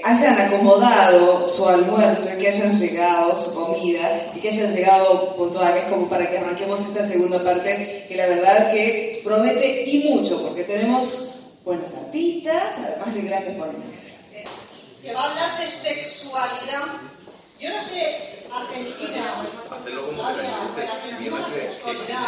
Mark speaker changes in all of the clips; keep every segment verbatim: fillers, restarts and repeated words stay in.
Speaker 1: hayan acomodado su almuerzo y que hayan llegado su comida y que hayan llegado puntuales como para que arranquemos esta segunda parte que la verdad que promete y mucho porque tenemos buenos artistas además de grandes ponentes.
Speaker 2: Que va a hablar de sexualidad. Yo no sé, Argentina, ¿vale? Pero Argentina la sexualidad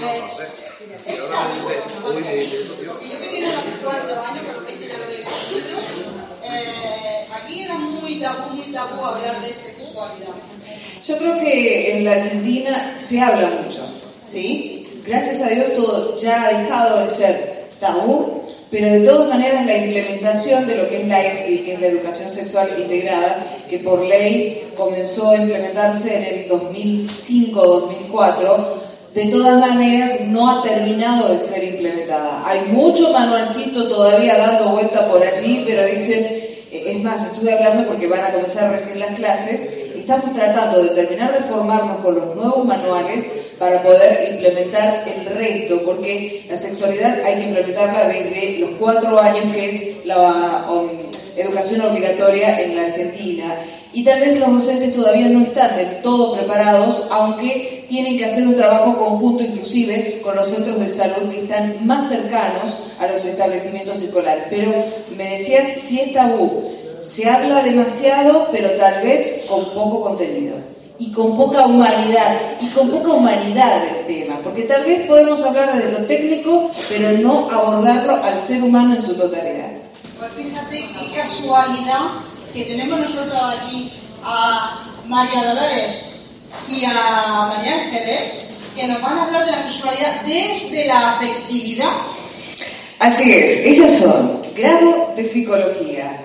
Speaker 2: es tabú, porque yo que tengo cuatro años, pero veinte ya lo he vivido, eh, aquí era muy tabú, muy tabú hablar de sexualidad.
Speaker 1: Yo creo que en la Argentina se habla mucho, ¿sí? Gracias a Dios todo ya ha dejado de ser tabú, pero de todas maneras la implementación de lo que es la E S I, que es la educación sexual integrada, que por ley comenzó a implementarse en el dos mil cinco dos mil cuatro, de todas maneras no ha terminado de ser implementada. Hay mucho manualcito todavía dando vuelta por allí, pero dicen, es más, estuve hablando porque van a comenzar recién las clases, y estamos tratando de terminar de formarnos con los nuevos manuales para poder implementar el resto, porque la sexualidad hay que implementarla desde los cuatro años, que es la um, educación obligatoria en la Argentina. Y tal vez los docentes todavía no están del todo preparados, aunque tienen que hacer un trabajo conjunto inclusive con los centros de salud que están más cercanos a los establecimientos escolares. Pero me decías, si es tabú, se habla demasiado, pero tal vez con poco contenido. Y con poca humanidad, y con poca humanidad del tema, porque tal vez podemos hablar de lo técnico, pero no abordarlo al ser humano en su totalidad.
Speaker 2: Pues fíjate qué casualidad que tenemos nosotros aquí a María Dolores y a María Ángeles, que nos van a hablar de la sexualidad desde la afectividad.
Speaker 1: Así es, ellas son grado de psicología,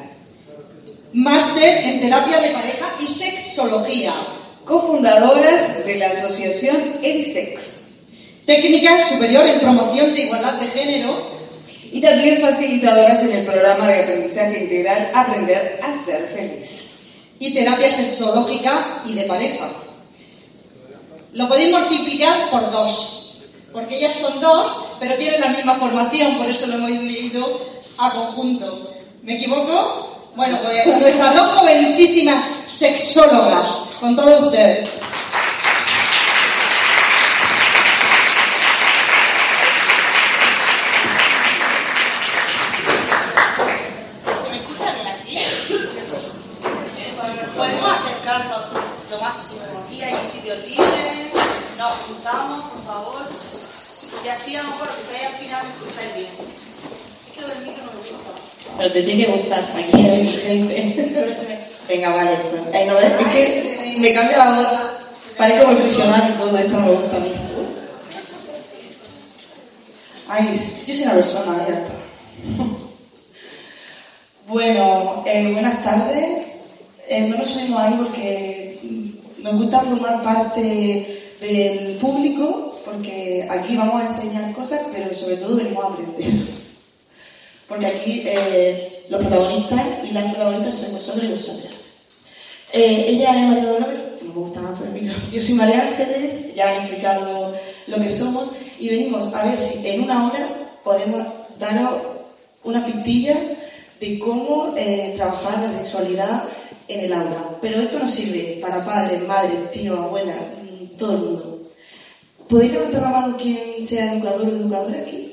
Speaker 2: máster en terapia de pareja y sexología,
Speaker 1: cofundadoras de la asociación Edisex,
Speaker 2: técnica superior en promoción de igualdad de género
Speaker 1: y también facilitadoras en el programa de aprendizaje integral Aprender a Ser Feliz
Speaker 2: y terapia sexológica y de pareja. Lo podéis multiplicar por dos, porque ellas son dos, pero tienen la misma formación, por eso lo hemos ido a conjunto. ¿Me equivoco? Bueno, pues nuestras dos jovencísimas sexólogas, con todos ustedes.
Speaker 3: ¿Se me escucha bien así? Podemos acercarnos lo máximo. Aquí hay sitios libres, nos juntamos, por favor. Y así a lo mejor lo que estáis al final me escucháis bien. Es que lo del micro no me gusta.
Speaker 4: Pero te tiene que gustar, aquí hay gente.
Speaker 5: Venga, vale. Pues, ahí no ves, es que me cambia la voz. Parezco profesional y todo esto me gusta a mí. Ay, yo soy una persona, ya está. Bueno, eh, buenas tardes. Eh, no nos subimos ahí porque nos gusta formar parte del público, porque aquí vamos a enseñar cosas, pero sobre todo venimos a aprender. Porque aquí eh, los protagonistas y las protagonistas sois vosotros y vosotras. Eh, ella es María Dolores, no me gusta más por el micro. Yo soy María Ángeles, ya han explicado lo que somos, y venimos a ver si en una hora podemos daros una pistilla de cómo eh, trabajar la sexualidad en el aula. Pero esto nos sirve para padres, madres, tíos, abuelas, todo el mundo. ¿Podéis levantar la mano quien sea educador o educadora aquí?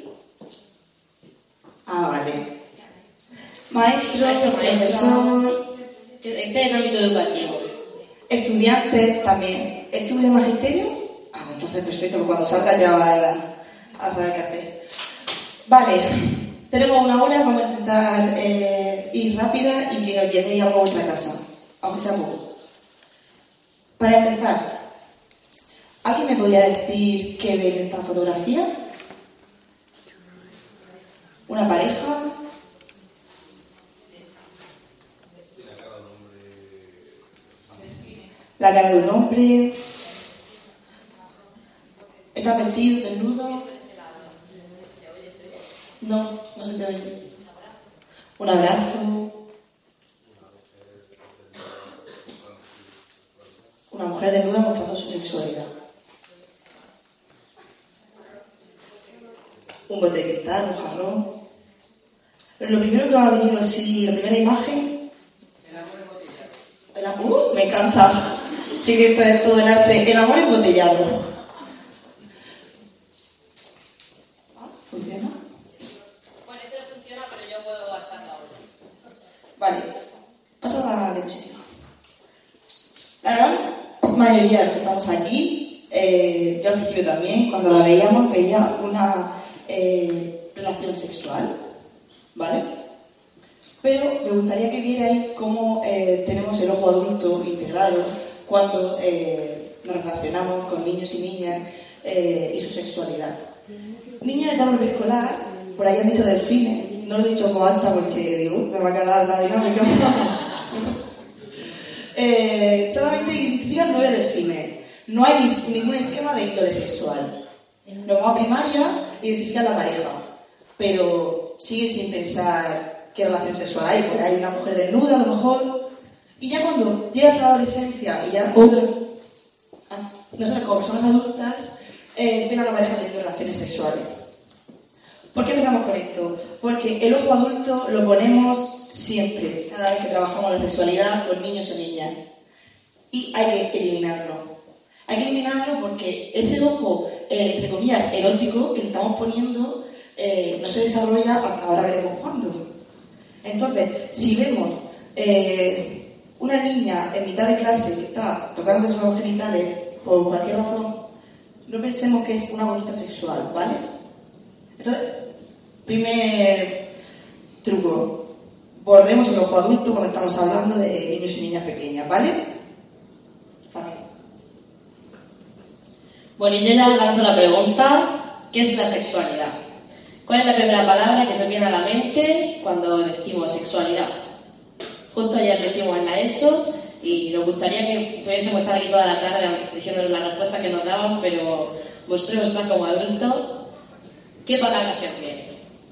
Speaker 5: Ah, vale. Maestro,
Speaker 4: Maestro,
Speaker 5: profesor...
Speaker 4: Este es el ámbito educativo.
Speaker 5: Estudiantes también. ¿Estudia magisterio? Ah, entonces perfecto, porque cuando salga ya va a, a saber qué hacer. Vale, tenemos una hora, vamos a intentar eh, ir rápida y que os llevéis a vuestra casa, aunque sea poco. Para empezar, ¿alguien me podría decir qué ve en esta fotografía? ¿Una pareja? La cara de un hombre. ¿Está vestido, desnudo? No, no se te oye. Un abrazo. Una mujer desnuda mostrando su sexualidad. Un bote de cristal, un jarrón. Pero lo primero que va a venir así, la primera imagen, me encanta. Sí que esto es todo el arte. El amor embotellado. ¿Funciona?
Speaker 4: Bueno, este no funciona, pero yo puedo gastar la otra.
Speaker 5: Vale. Pasa la leche. La gran mayoría de los que estamos aquí, eh, yo al principio también, cuando la veíamos, veía una eh, relación sexual, ¿vale? Pero me gustaría que vierais cómo eh, tenemos el ojo adulto integrado cuando eh, nos relacionamos con niños y niñas eh, y su sexualidad. Niños de etapa preescolar, por ahí han dicho delfines, no lo he dicho como alta porque digo, me va a quedar la dinámica. eh, solamente identifican nueve delfines. No hay ni, ningún esquema de índole sexual. Nos vamos a primaria, identifican la pareja, pero sigue sin pensar qué relación sexual hay, porque hay una mujer desnuda a lo mejor, y ya cuando llegas a la adolescencia y ya nosotros, ah, nosotros como personas adultas eh, ven a una pareja teniendo relaciones sexuales. ¿Por qué empezamos con esto? Porque el ojo adulto lo ponemos siempre, cada vez que trabajamos la sexualidad con niños o niñas, y hay que eliminarlo. Hay que eliminarlo porque ese ojo, eh, entre comillas, erótico que le estamos poniendo eh, no se desarrolla hasta ahora veremos cuándo. Entonces, si vemos eh, una niña en mitad de clase que está tocando sus genitales por cualquier razón, no pensemos que es una bonita sexual, ¿vale? Entonces, primer truco, borremos el ojo adulto cuando estamos hablando de niños y niñas pequeñas, ¿vale? Fácil.
Speaker 4: Bueno, y yo ya lanzo la pregunta, ¿qué es la sexualidad? ¿Cuál es la primera palabra que se viene a la mente cuando decimos sexualidad? Justo ayer lo hicimos en la ESO y nos gustaría que pudiésemos estar aquí toda la tarde diciéndonos las respuestas que nos daban, pero vosotros vosotras como adultos, ¿qué palabra se os viene?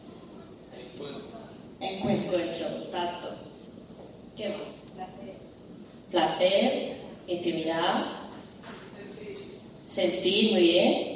Speaker 5: Encuentro.
Speaker 4: Encuentro, tacto. ¿Qué más? Placer. Placer, intimidad, sentir, muy bien.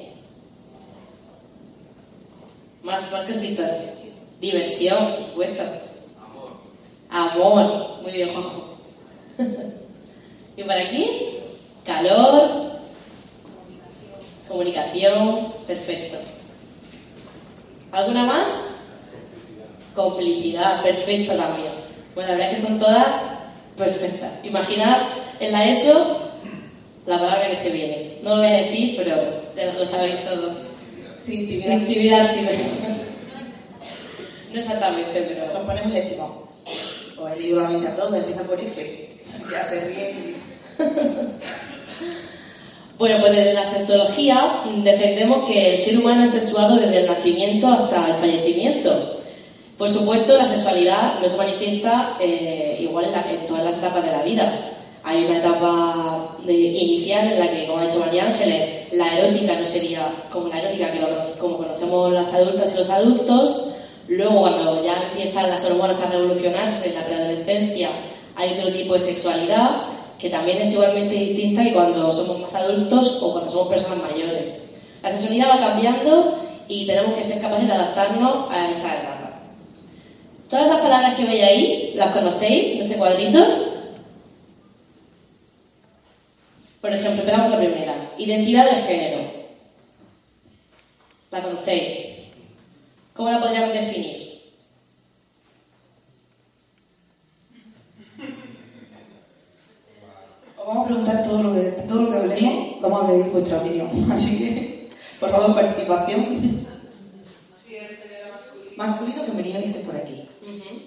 Speaker 4: Más, más cositas. Diversión, por supuesto. Amor. Amor, muy bien, Juanjo. ¿Y por aquí? Calor. Comunicación, perfecto. ¿Alguna más? Complicidad, perfecto también. Bueno, la verdad es que son todas perfectas. Imaginad en la ESO la palabra que se viene. No lo voy a decir, pero lo sabéis todos.
Speaker 5: Sí, intimidad.
Speaker 4: Intimidad, sí, pero... No exactamente, pero...
Speaker 5: Nos ponemos el estimado. O he leído la mente a todos, empieza por F. Ya se ríen.
Speaker 4: Bueno, pues desde la sexología defendemos que el ser humano es sexuado desde el nacimiento hasta el fallecimiento. Por supuesto, la sexualidad no se manifiesta eh, igual en, la, en todas las etapas de la vida. Hay una etapa de, inicial en la que, como ha dicho María Ángeles, la erótica no sería como la erótica que lo, como conocemos las adultas y los adultos. Luego, cuando ya empiezan las hormonas a revolucionarse en la preadolescencia, hay otro tipo de sexualidad que también es igualmente distinta que cuando somos más adultos o cuando somos personas mayores. La sexualidad va cambiando y tenemos que ser capaces de adaptarnos a esa etapa. Todas esas palabras que veis ahí, ¿las conocéis en ese cuadrito? Por ejemplo, empezamos con la primera. Identidad de género. ¿La conocéis? ¿Cómo la podríamos definir?
Speaker 5: Os vamos a preguntar todo lo que, todo lo que hablemos, vamos a pedir vuestra opinión. Así que, por favor, participación. Masculino, femenino, que esté por aquí.
Speaker 4: Uh-huh.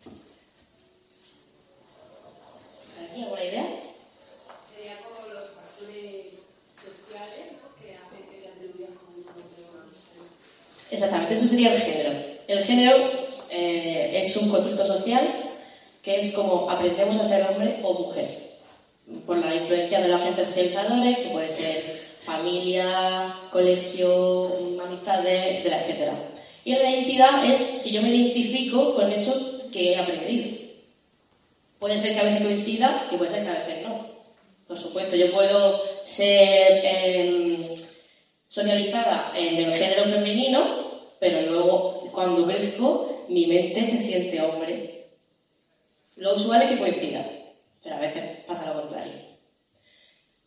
Speaker 4: ¿Aquí alguna idea?
Speaker 6: Sería como los factores sociales, ¿no?, que hacen que las teorías como un problema.
Speaker 4: Exactamente, eso sería el género. El género eh, es un constructo social que es como aprendemos a ser hombre o mujer. Por la influencia de los agentes socializadores, que puede ser familia, colegio, amistades, etcétera, etcétera. Y la identidad es si yo me identifico con eso que he aprendido. Puede ser que a veces coincida y puede ser que a veces no. Por supuesto, yo puedo ser eh, socializada en el género femenino, pero luego cuando crezco mi mente se siente hombre. Lo usual es que coincida, pero a veces pasa lo contrario.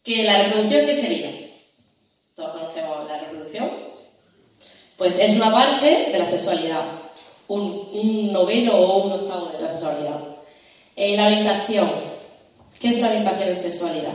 Speaker 4: ¿Que la reproducción qué sería? Todos conocemos la reproducción. Pues es una parte de la sexualidad, un, un noveno o un octavo de la sexualidad. Eh, la orientación. ¿Qué es la orientación en sexualidad?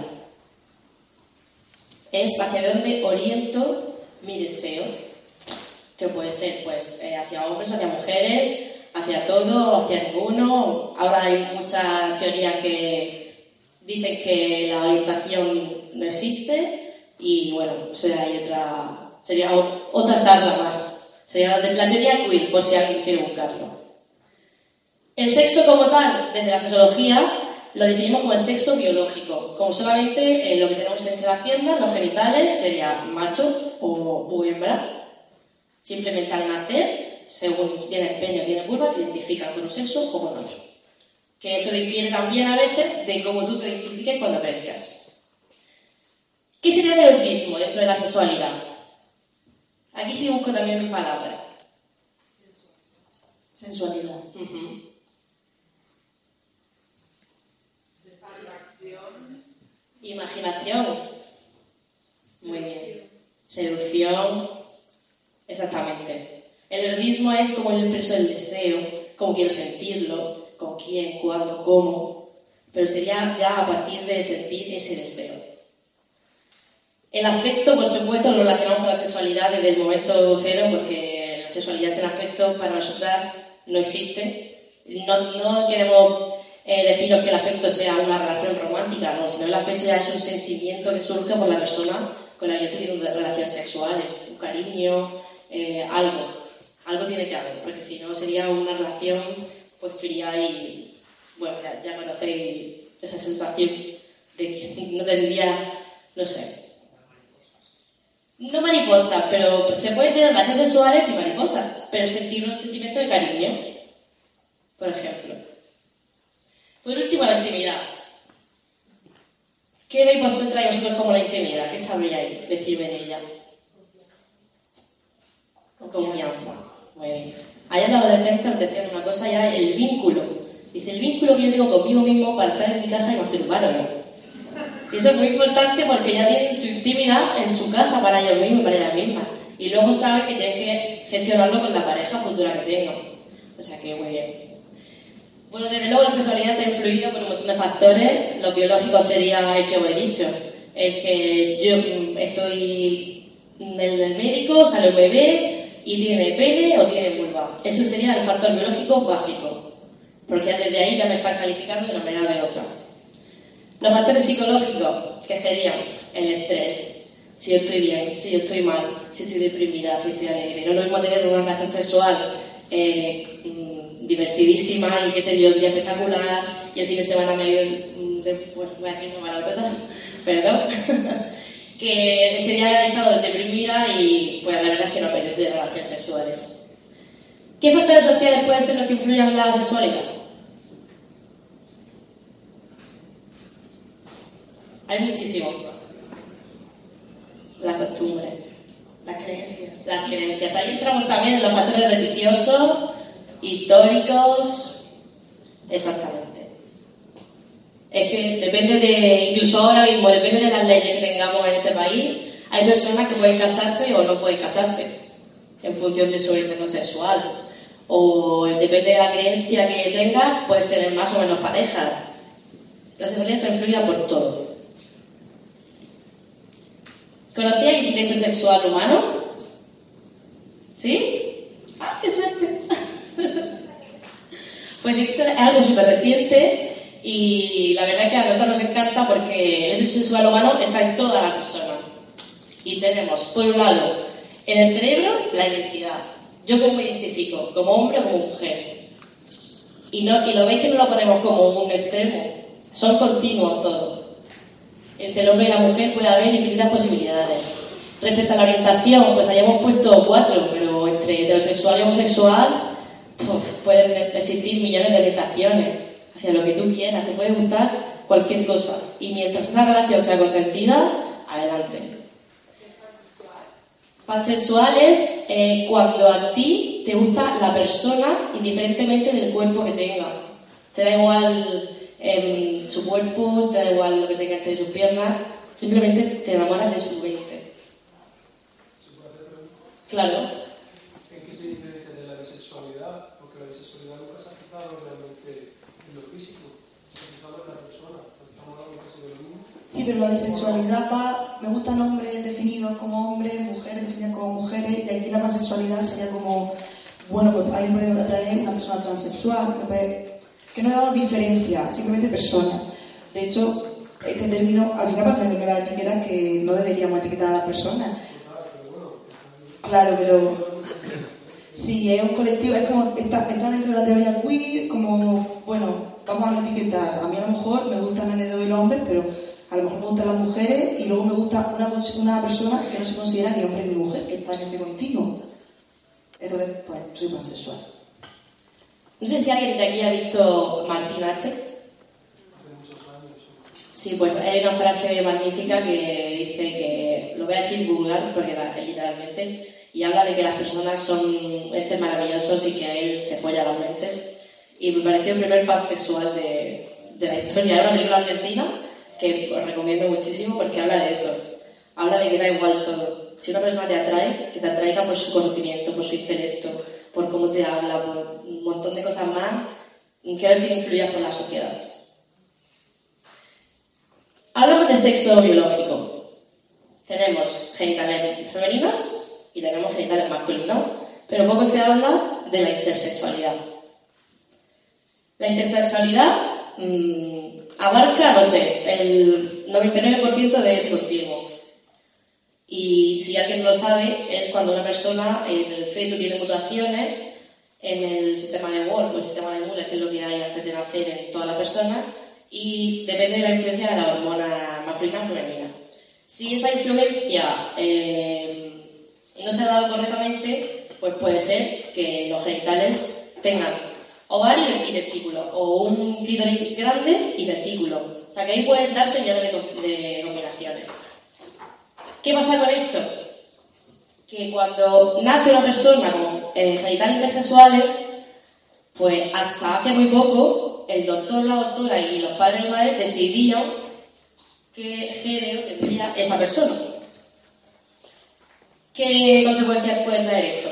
Speaker 4: Es hacia dónde oriento mi deseo, que puede ser pues eh, hacia hombres, hacia mujeres, hacia todo, hacia ninguno. Ahora hay muchas teorías que dicen que la orientación no existe y bueno, o sea, hay otra, sería otra charla más. Sería la, la teoría queer, por si alguien quiere buscarlo. El sexo como tal, desde la sexología, lo definimos como el sexo biológico, como solamente eh, lo que tenemos entre las piernas, los genitales, sería macho o, o hembra. Simplemente al nacer, según si tienes pene o tienes vulva, te identifican con un sexo o con otro. Que eso difiere también a veces de cómo tú te identifiques cuando crezcas. ¿Qué sería el erotismo dentro de la sexualidad? Aquí sí busco también mis palabras. Sensualidad. Uh-huh. Imaginación. Muy bien. Seducción. Exactamente. El erotismo es como yo expreso el deseo, cómo quiero sentirlo, con quién, cuándo, cómo. Pero sería ya a partir de sentir ese deseo. El afecto, por supuesto, lo relacionamos con la sexualidad desde el momento cero, porque la sexualidad sin afecto para nosotras no existe. No, no queremos eh, deciros que el afecto sea una relación romántica, no, sino el afecto ya es un sentimiento que surge por la persona con la que yo estoy teniendo relaciones sexuales, un cariño, eh, algo, algo tiene que haber, porque si no sería una relación pues fría y, bueno, ya, ya conocéis esa sensación de que no tendría, no sé, no mariposas, pero se puede tener relaciones sexuales y mariposas, pero sentir un sentimiento de cariño, por ejemplo. Por último, la intimidad. ¿Qué veis vosotras y vosotros como la intimidad? ¿Qué sabríais decirme de ella? Confianza. Muy bien. Allá en la adolescencia nos decían una cosa ya, el vínculo. Dice, el vínculo que yo tengo conmigo mismo para estar en mi casa y masturbarme. Y eso es muy importante porque ya tienen su intimidad en su casa para ellos mismos y para ellas mismas. Y luego saben que tienen que gestionarlo con la pareja futura que tengan. O sea que muy bien. Bueno, desde luego la sexualidad está influida por un montón de factores. Lo biológico sería el que os he dicho. El que yo estoy en el médico, sale un bebé y tiene pene o tiene vulva. Eso sería el factor biológico básico. Porque desde ahí ya me están calificando de una manera o de otra. Los factores psicológicos, que serían el estrés, si yo estoy bien, si yo estoy mal, si estoy deprimida, si estoy alegre. No es lo mismo tener una relación sexual eh, divertidísima y que te dio el día espectacular y el fin de semana medio después, voy a decir no mala verdad, perdón, que sería el estado de deprimida y pues la verdad es que no apetece de relaciones sexuales. ¿Qué factores sociales pueden ser los que influyan en la sexualidad? Hay muchísimos. Las costumbres.
Speaker 5: Las creencias.
Speaker 4: Las creencias. Ahí entramos también en los factores religiosos, históricos. Exactamente. Es que depende de, incluso ahora mismo, depende de las leyes que tengamos en este país, hay personas que pueden casarse o no pueden casarse en función de su orientación sexual. O depende de la creencia que tengas, puedes tener más o menos parejas. La sexualidad está influida por todo. ¿Conocíais el hecho sexual humano? ¿Sí? ¡Ah, qué suerte! Pues esto es algo súper reciente y la verdad es que a nosotros nos encanta porque el hecho sexual humano está en toda la persona. Y tenemos, por un lado, en el cerebro, la identidad. Yo cómo me identifico, como hombre o como mujer. Y, no, y lo veis que no lo ponemos como un extremo, son continuos todos. Entre el hombre y la mujer puede haber infinitas posibilidades. Respecto a la orientación, pues hayamos puesto cuatro, pero entre heterosexual y homosexual pues, pueden existir millones de orientaciones hacia lo que tú quieras, te puede gustar cualquier cosa. Y mientras esa relación sea consentida, adelante. Pansexual es eh, cuando a ti te gusta la persona indiferentemente del cuerpo que tenga. Te da igual en su cuerpo, te da igual lo que tenga entre sus piernas, simplemente te enamoras de su mente. Claro.
Speaker 7: ¿En qué se diferencia de la bisexualidad? Porque la bisexualidad nunca se ha fijado realmente en lo físico, se ha fijado en la persona. Estamos hablando casi de lo mismo.
Speaker 5: Sí, pero la bisexualidad va, me gustan hombres definidos como hombres, mujeres definidas como mujeres, y aquí la pansexualidad sería como, bueno, pues a mí me puede atraer una persona transexual, me puede, que no damos diferencia, simplemente persona. De hecho, este término, al final parece que va a etiquetar que no deberíamos etiquetar a las personas. Claro, pero si es un colectivo, es como, está, está dentro de la teoría queer, como, bueno, vamos a no etiquetar. A mí a lo mejor me gustan el dedo y los hombres, pero a lo mejor me gustan las mujeres y luego me gusta una, una persona que no se considera ni hombre ni mujer, que está en ese continuo. Entonces, pues, soy pansexual.
Speaker 4: No sé si alguien de aquí ha visto Martín H. Sí, pues hay una frase magnífica que dice que, lo voy a decir vulgar porque la, literalmente, y habla de que las personas son entes maravillosos y que a él se folla las mentes. Y me pareció el primer pansexual de, de la historia. Es una película argentina que os recomiendo muchísimo porque habla de eso. Habla de que da igual todo. Si una persona te atrae, que te atraiga por su conocimiento, por su intelecto, por cómo te habla, por un montón de cosas más que no te influyan por la sociedad. Hablamos de sexo biológico. Tenemos genitales femeninos y tenemos genitales masculinos, pero poco se habla de la intersexualidad. La intersexualidad mmm, abarca, no sé, el noventa y nueve por ciento de ese continuo. Y si alguien no lo sabe, es cuando una persona, en el feto, tiene mutaciones en el sistema de Wolf o el sistema de Muller, que es lo que hay antes de nacer en toda la persona, y depende de la influencia de la hormona masculina o femenina. Si esa influencia eh, no se ha dado correctamente, pues puede ser que los genitales tengan ovario y testículo, o un clítoris grande y testículo. O sea que ahí pueden darse millones de, de combinaciones. ¿Qué pasa con esto? Que cuando nace una persona con eh, genitales intersexuales, pues hasta hace muy poco el doctor, la doctora y los padres y madres decidían qué género tendría esa persona. ¿Qué consecuencias puede traer esto?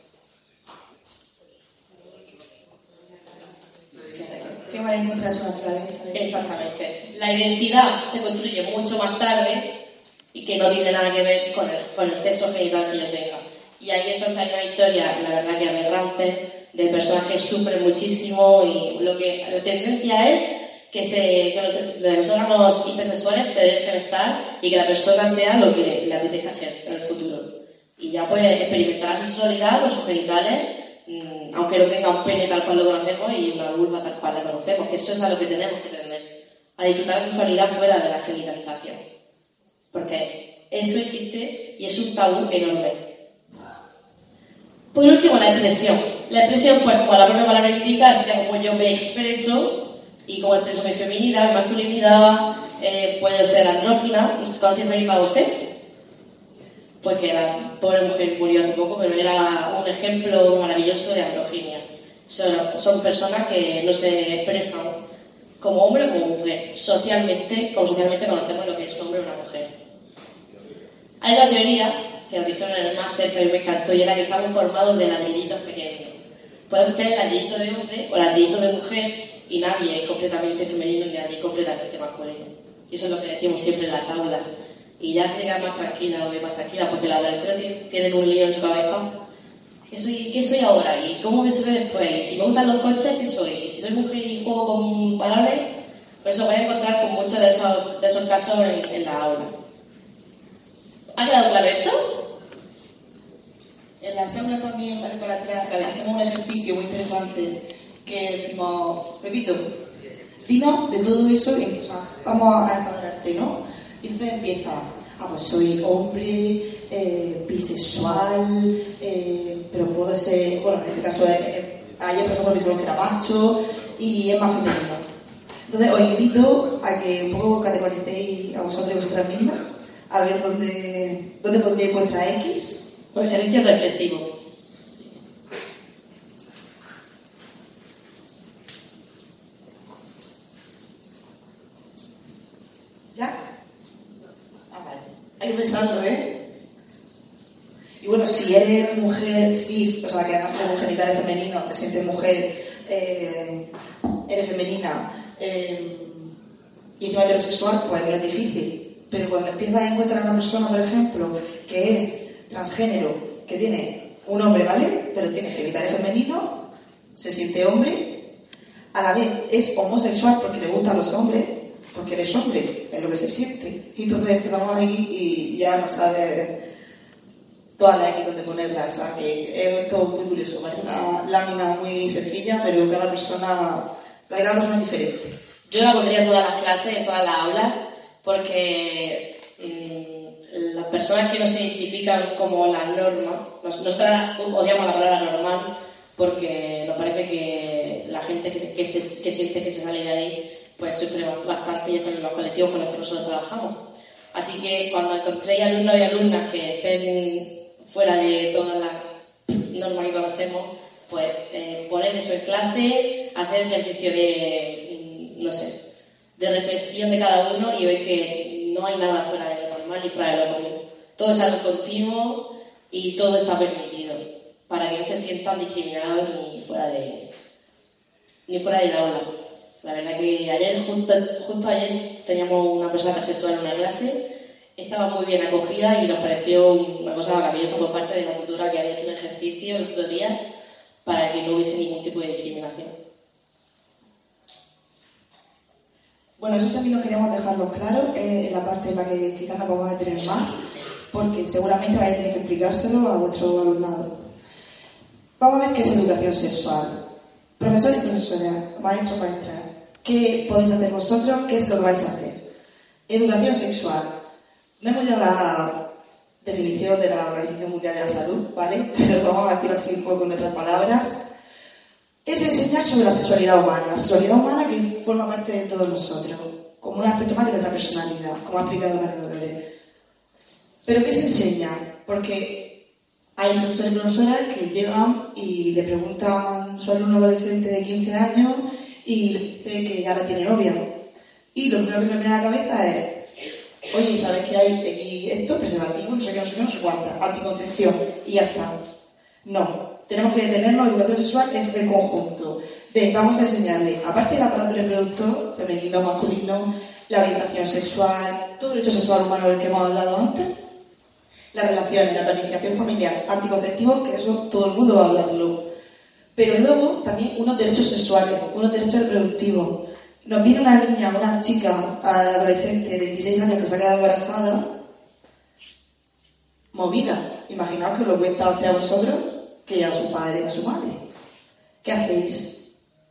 Speaker 5: Que va a encontrar su naturaleza.
Speaker 4: Exactamente. La identidad se construye mucho más tarde y que no tiene nada que ver con el, con el sexo genital que yo tenga. Y ahí entonces hay una historia, la verdad que aberrante, de personas que sufren muchísimo y lo que la tendencia es que, se, que los, los órganos intersexuales se dejen estar y que la persona sea lo que le apetezca ser en el futuro. Y ya puede experimentar su sexualidad con sus genitales, mmm, aunque no tenga un pene tal cual lo conocemos y una vulva tal cual la conocemos, que eso es a lo que tenemos que tender, a disfrutar la sexualidad fuera de la genitalización. Porque eso existe y es un tabú enorme. Por último, la expresión. La expresión, pues como la propia palabra indica, sería como yo me expreso y como expreso mi feminidad, mi masculinidad, eh, puedo ser andrógina. ¿Conocéis a Eva Bosé? Pues que la pobre mujer murió hace poco, pero era un ejemplo maravilloso de androginia. Son, son personas que no se expresan como hombre o como mujer, socialmente, como socialmente conocemos lo que es un hombre o una mujer. Hay la teoría que nos dijeron en el máster, que a mí me encantó, y era que estamos formados de ladrillitos pequeños. Podemos tener ladrillitos de hombre o ladrillitos de mujer, y nadie es completamente femenino y nadie es completamente masculino. Y eso es lo que decimos siempre en las aulas. Y ya se llega más tranquila o más tranquila, porque las adolescentes tienen un lío en su cabeza. ¿Qué soy, ¿Qué soy ahora? ¿Y cómo me seré después? ¿Y si me gustan los coches, qué soy? ¿Y si soy mujer y juego con balones? Por eso voy a encontrar con muchos de esos, de esos casos en, en la aula. ¿Ha quedado claro esto?
Speaker 5: En la aula también, para atrás, hacemos un ejercicio muy interesante que decimos, Pepito, dinos de todo eso, y, o sea, vamos a encuadrarte, ¿no? Y entonces empieza, ah, pues soy hombre, eh, bisexual, eh, pero puedo ser, bueno, en este caso, eh, ayer por ejemplo dijeron que era macho y es más femenino. Entonces os invito a que un poco categoricéis a vosotros y vosotras mismas, a ver dónde, dónde pondríais vuestra X.
Speaker 4: Pues ejercicio reflexivo.
Speaker 5: Hay que pensarlo, ¿eh? Y bueno, si eres mujer cis, o sea, que nace con genitales femeninos, te sientes mujer, eh, eres femenina, eh, y encima heterosexual, pues no es difícil. Pero cuando empiezas a encontrar a una persona, por ejemplo, que es transgénero, que tiene un hombre, ¿vale? Pero tiene genitales femeninos, se siente hombre, a la vez es homosexual porque le gustan los hombres, porque eres hombre, es lo que se siente. Y entonces vamos ahí y ya no sabes todas las X donde ponerla. O sea que es todo muy curioso, parece una lámina muy sencilla, pero cada persona, la de cada persona es diferente.
Speaker 4: Yo la pondría en todas las clases, en todas las aulas, porque mmm, las personas que no se identifican como la norma, nosotros odiamos la palabra normal porque nos parece que la gente que, que, se, que siente que se sale de ahí pues sufre bastante ya con los colectivos con los que nosotros trabajamos. Así que cuando encontréis alumnos y alumnas que estén fuera de todas las normas que conocemos, pues eh, poned eso en clase, hacer ejercicio de, no sé, de reflexión de cada uno y veis que no hay nada fuera de lo normal ni fuera de lo común. Todo está en continuo y todo está permitido, para que no se sientan discriminados ni fuera de ni fuera del aula. La verdad que ayer, justo, justo ayer, teníamos una persona transexual en una clase, estaba muy bien acogida y nos pareció una cosa maravillosa por parte de la tutora que había hecho un ejercicio en tutoría para que no hubiese ningún tipo de discriminación.
Speaker 5: Bueno, eso también lo queremos dejarlo claro, eh, en la parte en la que quizás no vamos a tener más, porque seguramente vais a tener que explicárselo a vuestro alumnado. Vamos a ver qué es educación sexual. Profesores y profesoras, maestros, maestras, ¿qué podéis hacer vosotros? ¿Qué es lo que vais a hacer? Educación sexual. No hemos ya la definición de la Organización Mundial de la Salud, ¿vale? Pero vamos a decirlo así un poco en otras palabras. Es enseñar sobre la sexualidad humana, la sexualidad humana que forma parte de todos nosotros, como un aspecto más de nuestra personalidad, como ha explicado María Dolores. ¿Pero qué se enseña? Porque hay profesores y profesoras que llegan y le preguntan a su alumno adolescente de quince años y le dice que ahora tiene novia. Y lo primero que me viene a la cabeza es: oye, ¿sabes que hay aquí esto? Preservativo, no sé qué, no sé qué, no sé cuántas, anticoncepción, y ya está. No, tenemos que detenernos. Educación sexual es el conjunto de, vamos a enseñarle, aparte del aparato reproductor, femenino, masculino, la orientación sexual, todo el derecho sexual humano del que hemos hablado antes, las relaciones, la planificación familiar, anticonceptivos, que eso todo el mundo va a hablarlo. Pero luego también unos derechos sexuales, unos derechos reproductivos. Nos viene una niña, una chica adolescente de dieciséis años que se ha quedado embarazada, movida. Imaginaos que os lo cuenta usted a vosotros, que ya a su padre y a su madre. ¿Qué hacéis?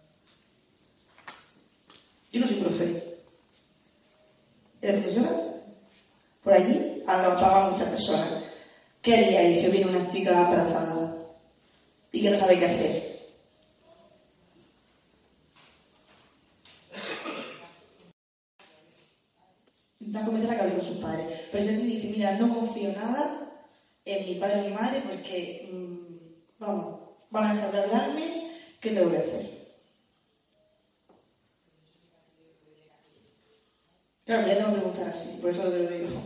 Speaker 5: Yo no soy profe. ¿Eres profesora? Por allí han levantado muchas personas. ¿Qué haríais si os viene una chica embarazada y que no sabe qué hacer? Intentar convencerla que hable con sus padres. Pero si alguien dice, mira, no confío nada en mi padre o mi madre porque, mmm, vamos, van a dejar de hablarme, ¿qué tengo que hacer? Claro, ya tengo que preguntar así, por eso te lo digo.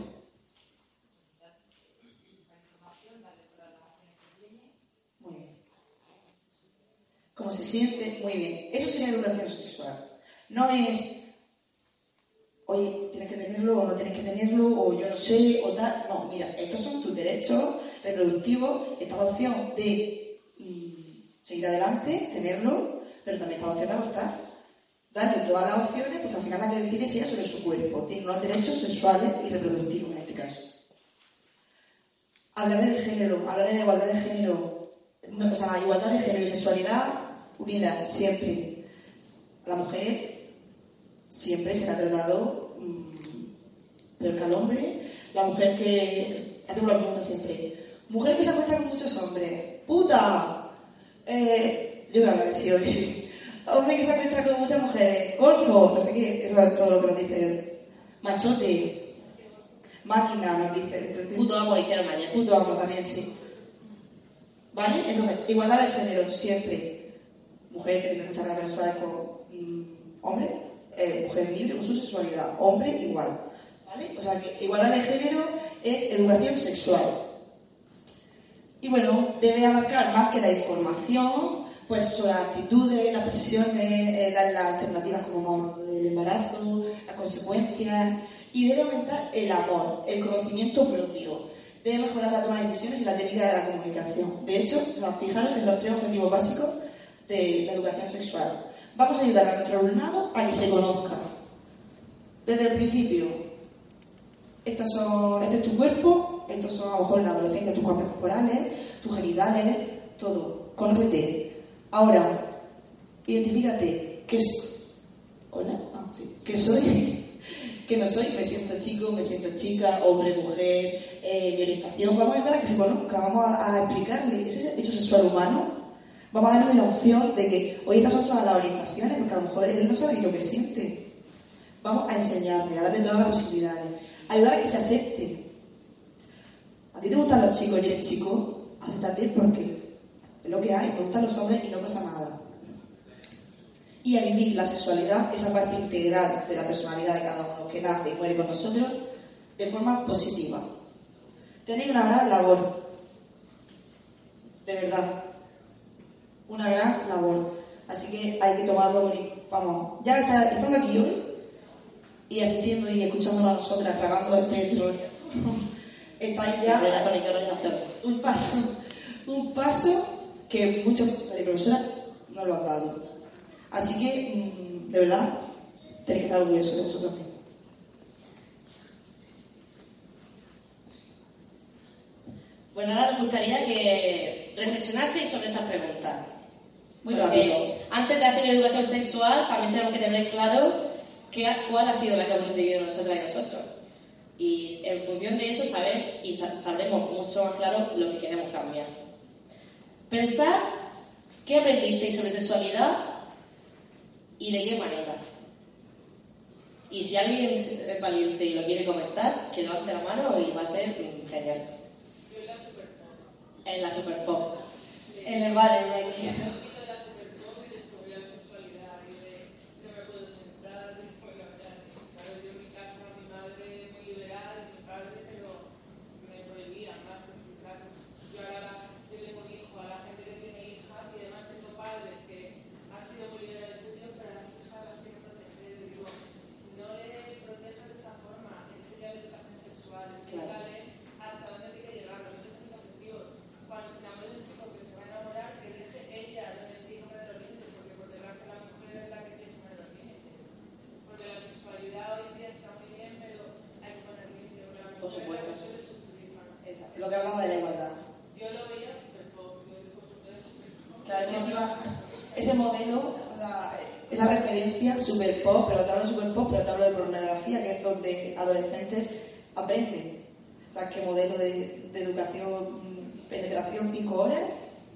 Speaker 5: Muy bien. ¿Cómo se siente? Muy bien. Eso sería educación sexual. No es, oye, tienes que tenerlo o no tienes que tenerlo, o yo no sé, o tal. No, mira, estos son tus derechos reproductivos, esta opción de mmm, seguir adelante, tenerlo, pero también esta opción de abortar. Darle todas las opciones, porque al final la que decide es ella sobre su cuerpo. Tiene unos derechos sexuales y reproductivos en este caso. Hablaré de género, hablaré de igualdad de género, no, o sea, igualdad de género y sexualidad unidas siempre. La mujer siempre se la ha tratado mmm, peor que al hombre. La mujer que... Hacemos la pregunta siempre. Mujer que se acuesta con muchos hombres. ¡Puta! Eh, yo voy a hablar si hoy... Hombre que se acuesta con muchas mujeres. Golfo, no sé qué. Eso es todo lo que nos dice. Machote. Máquina, nos dice.
Speaker 4: Puto amo, dijeron mañana.
Speaker 5: Puto amo también, sí. ¿Vale? Entonces, igualdad de género, siempre. Mujer que tiene muchas relaciones sexuales con mmm, hombre. Eh, mujer libre con su sexualidad. Hombre igual. ¿vale? O sea, que igualdad de género es educación sexual. Y bueno, debe abarcar más que la información, pues sobre las actitudes, las presiones, eh, dar las alternativas como el embarazo, las consecuencias, y debe aumentar el amor, el conocimiento propio, debe mejorar la toma de decisiones y la técnica de la comunicación. De hecho, fijaros en los tres objetivos básicos de la educación sexual. Vamos a ayudar a nuestro alumnado a que se conozca. Desde el principio, estos son, este es tu cuerpo, estos son a lo mejor en la adolescencia tus cambios corporales, tus genitales, todo. Conócete. Ahora, identifícate. ¿Qué soy? ¿Hola? Ah, sí. ¿Qué soy? ¿Qué no soy? Me siento chico, me siento chica, hombre, mujer, eh, mi orientación. Vamos a ayudar a que se conozca, vamos a, a explicarle ese hecho sexual humano. Vamos a darle la opción de que hoy estas son todas las orientaciones, porque a lo mejor él no sabe lo que siente. Vamos a enseñarle, a darle todas las posibilidades. Ayudar a que se acepte. ¿A ti te gustan los chicos y eres chico? Acéptate porque es lo que hay, te gustan los hombres y no pasa nada. Y a vivir la sexualidad, esa parte integral de la personalidad de cada uno que nace y muere con nosotros, de forma positiva. Tenéis una gran labor, de verdad, una gran labor. Así que hay que tomarlo, vamos, ya está, estando aquí hoy y asistiendo y escuchándonos a nosotras, tragando este rollo, estáis ya un paso, un paso que muchos profesores y profesoras no lo han dado. Así que, de verdad, tenéis que estar orgullosos de vosotros mismos.
Speaker 4: Bueno, ahora nos gustaría que reflexionaseis sobre esas preguntas.
Speaker 5: Muy
Speaker 4: Porque
Speaker 5: rápido.
Speaker 4: antes de hacer educación sexual, también tenemos que tener claro qué, cuál ha sido la que hemos recibido nosotras y nosotros. Y en función de eso, saber y sabremos mucho más claro lo que queremos cambiar. Pensad qué aprendisteis sobre sexualidad y de qué manera. Y si alguien es valiente y lo quiere comentar, que levante la mano y va a ser genial.
Speaker 6: Yo en la Super Pop.
Speaker 4: En la Super Pop.
Speaker 5: En el vale,
Speaker 6: Yo he ido a la Super Pop y descubrí la sexualidad y de no me puedo sentar, y bueno, ya, claro, yo en mi casa, mi madre muy liberal, mi padre, pero me prohibían más que explicar. Yo ahora yo tengo un hijo, a la gente que tiene hijas y además tengo padres que han sido muy liberales de Dios, pero a las hijas las quiero proteger. Y digo, no le protejas de esa forma, enséñale educación sexual, explícale hasta dónde tiene que llegar, lo que es el objetivo. Cuando se enamore de un chico que se va a enamorar, que deje ella donde tiene que poner los límites, porque por desgracia la mujer es la que tiene que poner los límites. Porque la sexualidad hoy en día está muy bien, pero hay que poner límites. Porque la mujer
Speaker 4: Por supuesto.
Speaker 6: no suele sufrir más.
Speaker 5: Exacto, lo que hablamos de la igualdad.
Speaker 6: Yo lo veía súper poco, yo digo súper poco.
Speaker 5: Claro, que encima ese modelo, o sea, esa referencia super pop, pero te hablo de super pop, pero te hablo de pornografía, que es donde adolescentes aprenden. O sea, qué modelo de, de educación, penetración cinco horas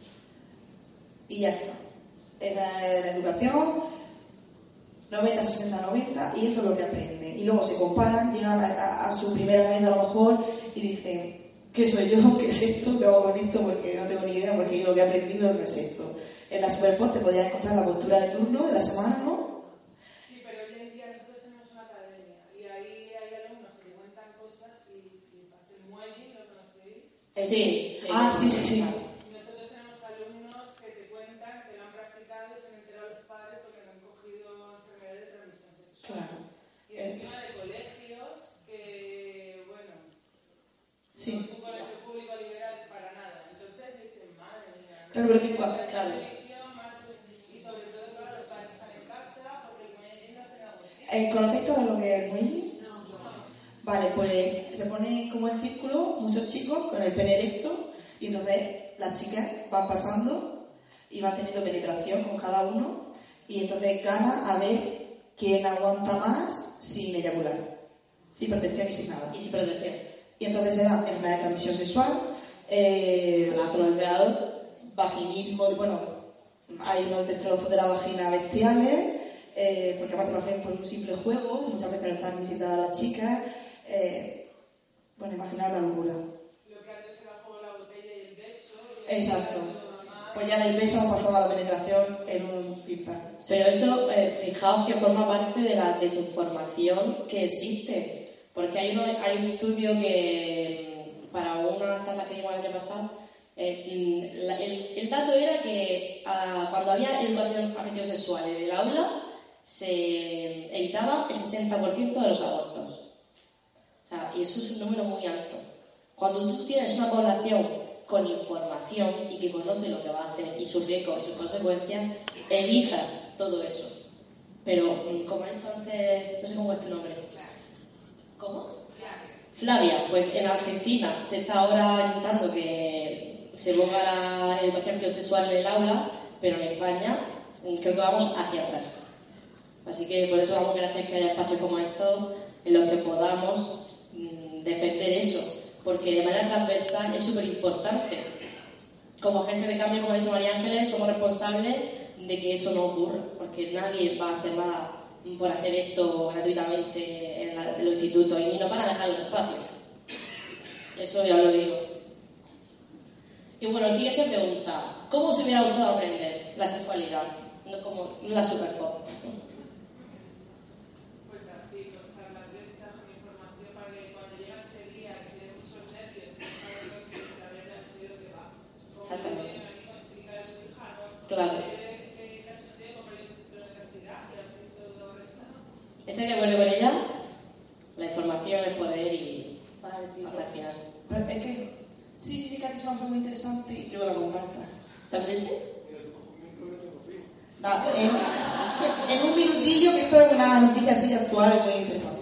Speaker 5: y ya está. Esa es la educación, noventa, sesenta, noventa, y eso es lo que aprenden. Y luego se comparan, llegan a, a, a su primera vez a lo mejor y dicen, ¿qué soy yo? ¿Qué es esto? ¿Qué hago con esto? Porque no tengo ni idea, porque yo lo que he aprendido no es esto. En la Superpop te podías encontrar la postura de turno de la semana, ¿no?
Speaker 6: Sí, pero hoy en día nosotros tenemos una academia y ahí hay alumnos que cuentan cosas y, y hacen muelle, ¿lo conocéis?
Speaker 4: Sí, sí.
Speaker 5: Ah, sí, sí, sí.
Speaker 6: Nosotros tenemos alumnos que te cuentan que lo han practicado y se han enterado los padres porque no han cogido enfermedades de transmisión sexual.
Speaker 5: Claro.
Speaker 6: Y encima de colegios que, bueno,
Speaker 5: Sí.
Speaker 6: no es un colegio público liberal para nada. Entonces dicen, madre mía.
Speaker 5: Claro, pero que igual,
Speaker 4: claro.
Speaker 6: Y sobre todo, claro, los padres están en casa porque el muelle no hace nada así.
Speaker 5: Eh, ¿Conocéis todo lo que es el muelle? Vale, pues se pone como en círculo muchos chicos con el pene erecto y entonces las chicas van pasando y van teniendo penetración con cada uno y entonces gana a ver quién aguanta más sin eyacular, sin protección y sin nada.
Speaker 4: Y sin protección.
Speaker 5: Y entonces se da enfermedad de transmisión sexual, eh,
Speaker 4: Embarazo no deseado.
Speaker 5: vaginismo, bueno, hay unos destrozos de la vagina bestiales, eh, porque aparte lo hacen por un simple juego, muchas veces no están incitadas las chicas. Eh, bueno, imaginar la locura.
Speaker 6: Lo que antes era juego la botella y el beso. Y
Speaker 5: Exacto. Pues ya del beso hemos pasado a la penetración en un pipa.
Speaker 4: Pero eso, eh, fijaos que forma parte de la desinformación que existe. Porque hay, uno, hay un estudio que, para una charla que dimos el año pasado, eh, la, el, el dato era que a, cuando había educación afectivo-sexual en el aula, se evitaba el sesenta por ciento de los abortos. O sea, y eso es un número muy alto. Cuando tú tienes una población con información y que conoce lo que va a hacer y sus riesgos y sus consecuencias, evitas todo eso. Pero, como ha dicho antes, no sé cómo es tu nombre. ¿Cómo? Flavia. Pues en Argentina se está ahora intentando que se ponga la educación sexual en el aula, pero en España creo que vamos hacia atrás. Así que por eso damos gracias que haya espacios como estos en los que podamos mmm, defender eso, porque de manera transversal es súper importante. Como agentes de cambio, como ha dicho María Ángeles, somos responsables de que eso no ocurra, porque nadie va a hacer nada por hacer esto gratuitamente en, la, en los institutos y no van a dejar los espacios. Eso ya lo digo. Y bueno, siguiente pregunta. ¿Cómo se hubiera gustado aprender la sexualidad? No como no la superpop.
Speaker 6: Pues así, con charlas de estas, con información para que cuando llega ese día que tienes muchos nervios y no sabes lo que saber de lo que va. Como me vienen a mí a explicar el hijano.
Speaker 4: Claro. ¿Estás de acuerdo con ella? La información, el poder y
Speaker 5: Vale, tío.
Speaker 4: hasta el final.
Speaker 5: Pero es que, sí, sí, sí, que has dicho una cosa muy interesante y yo la comparto. ¿Te apetece? Nada, en, en un minutillo, que esto es una noticia así actual muy interesante.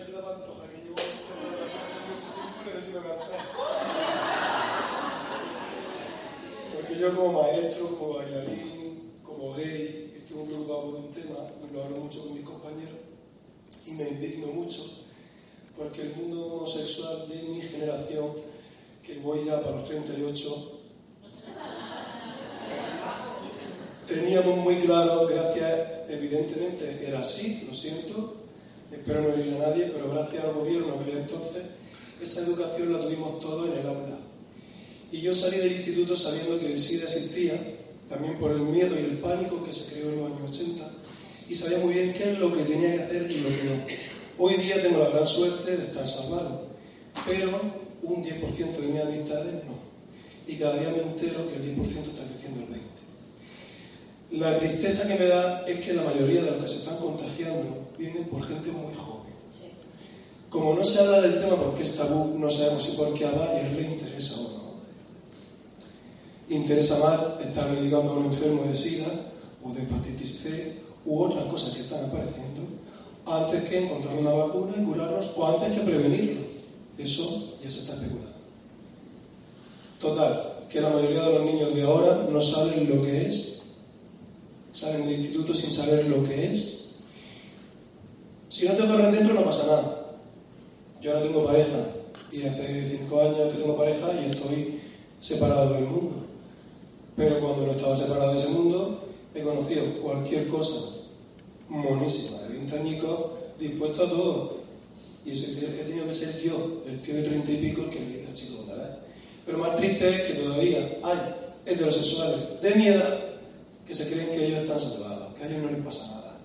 Speaker 7: Porque yo como maestro, como bailarín, como gay, estoy muy preocupado por un tema y lo hablo mucho con mis compañeros y me indigno mucho porque el mundo homosexual de mi generación, que voy ya para los treinta y ocho, teníamos muy claro, gracias, evidentemente era así, lo siento, espero no herir a nadie, pero gracias al gobierno que había entonces, esa educación la tuvimos todos en el aula. Y yo salí del instituto sabiendo que el SIDA existía, también por el miedo y el pánico que se creó en los años ochenta, y sabía muy bien qué es lo que tenía que hacer y lo que no. Hoy día tengo la gran suerte de estar salvado, pero un diez por ciento de mis amistades no. Y cada día me entero que el diez por ciento está creciendo el veinte por ciento. La tristeza que me da es que la mayoría de los que se están contagiando vienen por gente muy joven. Como no se habla del tema porque es tabú, no sabemos si porque a varios le interesa o no. Interesa más estar medicando a un enfermo de SIDA o de hepatitis C u otras cosas que están apareciendo antes que encontrar una vacuna y curarnos o antes que prevenirlo. Eso ya se está especulando. Total, que la mayoría de los niños de ahora no saben lo que es, salen del instituto sin saber lo que es. Si no te corren dentro no pasa nada. Yo ahora tengo pareja y hace cinco años que tengo pareja y estoy separado del mundo. Pero cuando no estaba separado de ese mundo, he conocido cualquier cosa monísima de veinte añicos, dispuesto a todo. Y eso he tenido que ser yo, el tío de treinta y pico, el que me diga, chico, ¿verdad? Pero más triste es que todavía hay heterosexuales de mi edad que se creen que ellos están salvados, que a ellos no les pasa nada.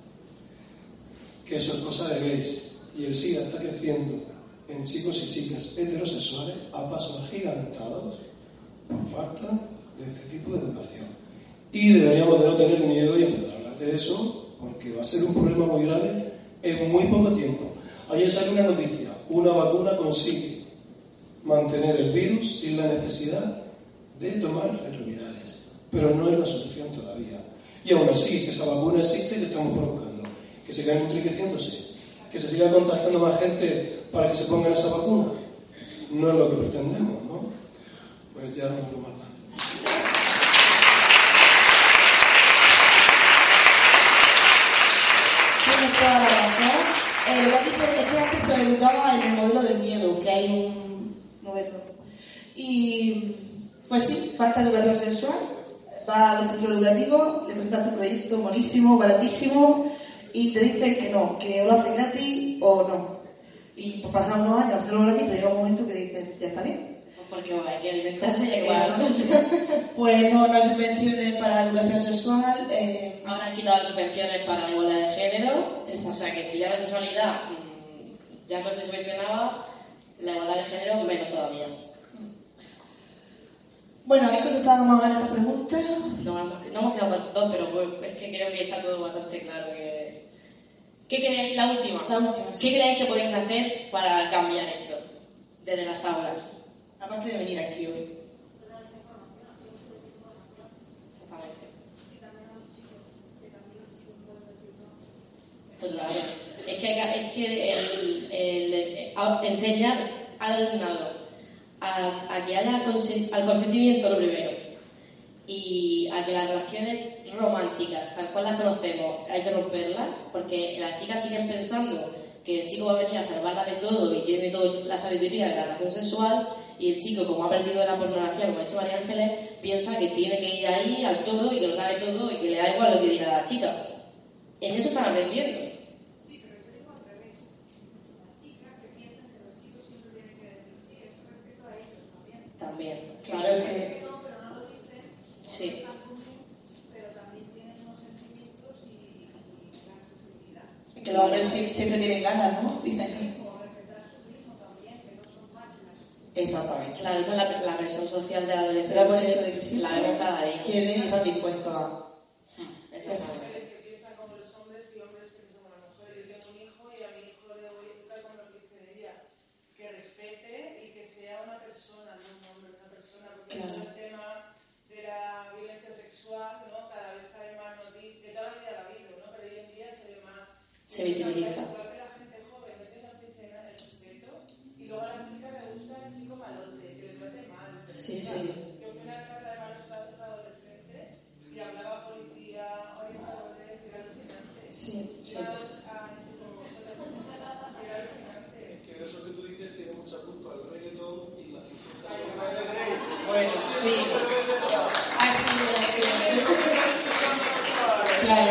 Speaker 7: Que eso es cosa de gays. Y el SIDA está creciendo en chicos y chicas heterosexuales a pasos agigantados por falta de este tipo de educación. Y deberíamos de no tener miedo y empezar a hablar de eso, porque va a ser un problema muy grave en muy poco tiempo. Ayer salió una noticia, una vacuna consigue mantener el virus sin la necesidad de tomar retrovirales, pero no es la solución todavía. Y aún así, si esa vacuna existe, ¿qué estamos provocando? Que sigan enriqueciéndose, que se siga contagiando más gente para que se pongan esa vacuna. No es lo que pretendemos, ¿no? Pues ya no puedo más nada.
Speaker 5: Tienes toda la razón. Eh, lo que has dicho es que antes se educaba en el modelo del miedo, que hay un modelo. Y pues sí, falta educación sexual. Va al centro educativo, le presentas tu proyecto buenísimo, baratísimo, y te dicen que no, que o lo hace gratis o no. Y pues pasan unos años hacerlo gratis, pero llega un momento que dicen, ya está bien.
Speaker 4: Porque hay que alimentarse y hay que pagar cosas.
Speaker 5: Pues no, no hay subvenciones para la educación sexual. Eh...
Speaker 4: Ahora han quitado las subvenciones para la igualdad de género.
Speaker 5: Exacto.
Speaker 4: O sea que si ya la sexualidad mmm, Ya no se subvencionaba, la igualdad de género menos todavía.
Speaker 5: Bueno, ¿habéis contestado más o menos esta pregunta?
Speaker 4: No hemos, no hemos quedado con dos, pero pues, es que creo que está todo bastante claro. Que... ¿Qué creéis? La última.
Speaker 5: La última, sí.
Speaker 4: ¿Qué creéis que podéis hacer para cambiar esto desde las aulas?
Speaker 5: Aparte de venir aquí hoy.
Speaker 4: Exactamente. Pues claro. Es que, hay- es que el, el, el- a- enseñar al alumnado a, a que haya consen- al consentimiento lo primero y a que las relaciones románticas, tal cual las conocemos, hay que romperlas, porque las chicas siguen pensando que el chico va a venir a salvarla de todo y tiene toda la sabiduría de la relación sexual, y el chico, como ha perdido la pornografía, como ha dicho María Ángeles, piensa que tiene que ir ahí al todo y que lo sabe todo y que le da igual lo que diga la chica. En eso están aprendiendo.
Speaker 8: Sí, pero yo digo al revés. Las chicas que piensan que los chicos siempre tienen que decir sí, es respeto a ellos también.
Speaker 4: También.
Speaker 5: Claro que...
Speaker 8: No, pero no lo dicen.
Speaker 4: Sí.
Speaker 8: No están conmigo, pero también tienen unos sentimientos y, y la sensibilidad.
Speaker 5: Que los hombres sí- siempre tienen ganas, ¿no? Dicen.
Speaker 8: O respetar su ritmo también, que no son máquinas.
Speaker 5: Exactamente.
Speaker 4: Claro, esa es la, la presión social de la
Speaker 5: Se da por
Speaker 4: adolescencia.
Speaker 5: hecho de que sí.
Speaker 4: La vemos cada día.
Speaker 5: Quieren y están dispuestos a...
Speaker 4: Exactamente.
Speaker 6: Mujeres que piensan como los hombres y hombres que piensan como las mujeres. Yo tengo un hijo y a mi hijo le voy a educar con lo que dice ella, que respete y que sea una persona, no un hombre, una persona, porque
Speaker 5: Claro.
Speaker 6: todo el tema de la violencia sexual, ¿no? Cada vez sale más noticias, de toda la vida la ha habido, ¿no? Pero hoy en día se ve más.
Speaker 4: Se visibiliza.
Speaker 6: Igual que la gente joven no tiene conciencia de nada del respeto, y luego a la chica le gusta el chico malote, que le trate mal.
Speaker 5: Sí, sí.
Speaker 6: Yo fui a una charla de malos tratos de adolescentes y hablaba policía, orientadores, y era alucinante.
Speaker 5: Sí, sí.
Speaker 6: Iba a instituto como vosotras, y era alucinante.
Speaker 7: Que de eso que tú dices tiene mucha culpa el reggaetón y la
Speaker 6: Ay,
Speaker 4: Bueno, sí.
Speaker 5: Ah, sí, claro.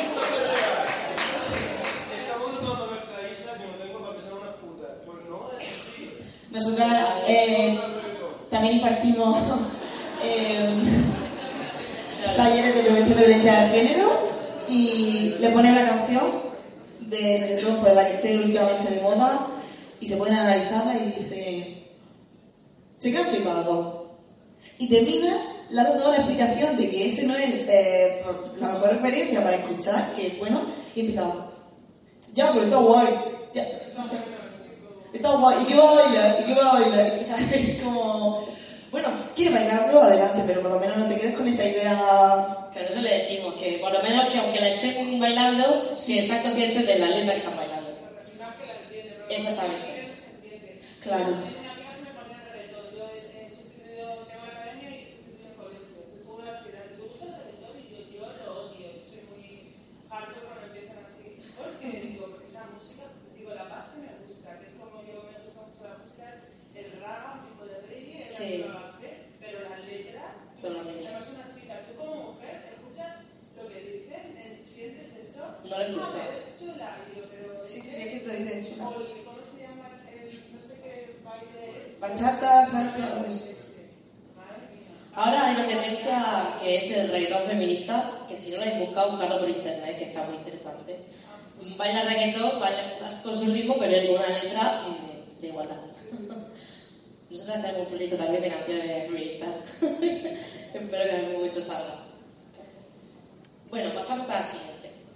Speaker 7: Estamos educando a nuestra hija que no tengo para que sean unas putas. Pues no, es así.
Speaker 5: Nosotras eh, también impartimos eh, talleres de prevención de violencia de género y le ponen una canción de reggaetón, pues la que esté últimamente de moda, y se pueden analizarla y dice, se quedan flipados. Y termina dando toda la explicación de que ese no es eh, la mejor referencia para escuchar, que es bueno, y empieza, ya, pero está guay. Ya, no sé. Está guay, ¿y qué va a bailar? ¿Y qué va a bailar? O sea, es como, bueno, quiere bailarlo, adelante, pero por lo menos no te quedes con esa idea.
Speaker 4: Claro, eso le decimos, que por lo menos que aunque la estén bailando, que sean conscientes de la letra que están bailando. Exactamente.
Speaker 5: Claro.
Speaker 6: En una clase me ponían reggaetón. Yo he sustituido, tengo la academia y he sustituido el colegio. Estuve en la bachillerato. ¿Te gusta el reggaetón? Y yo, yo lo odio. Yo soy muy hardcore cuando empiezan así. ¿Por qué? Digo, porque esa música, digo, la base me gusta, que es como yo me gusta mucho la música, es el raga, un tipo de reggae, es
Speaker 4: Sí.
Speaker 6: la base, pero las letras,
Speaker 4: Son las letras.
Speaker 6: además una chica, tú como mujer, escuchas lo que dicen, eh, sientes eso.
Speaker 4: No lo escucho.
Speaker 6: Ah, es chula. Y yo, pero.
Speaker 5: Sí, sí, sí, es que te dicen chula.
Speaker 6: O el- ¿cómo se llama? El, no sé qué baile es.
Speaker 5: Bachata, salsa, algo de eso.
Speaker 6: Madre mía.
Speaker 4: Ahora hay una tendencia que es el reggaetón feminista, que si no lo habéis buscado, buscarlo por internet, que está muy interesante. Baila reggaetón, baila con su ritmo, pero es con una letra mm, de igualdad. Nosotros tenemos un proyecto también de canciones feministas. Espero que en algún momento salga. Bueno, pasamos a la siguiente.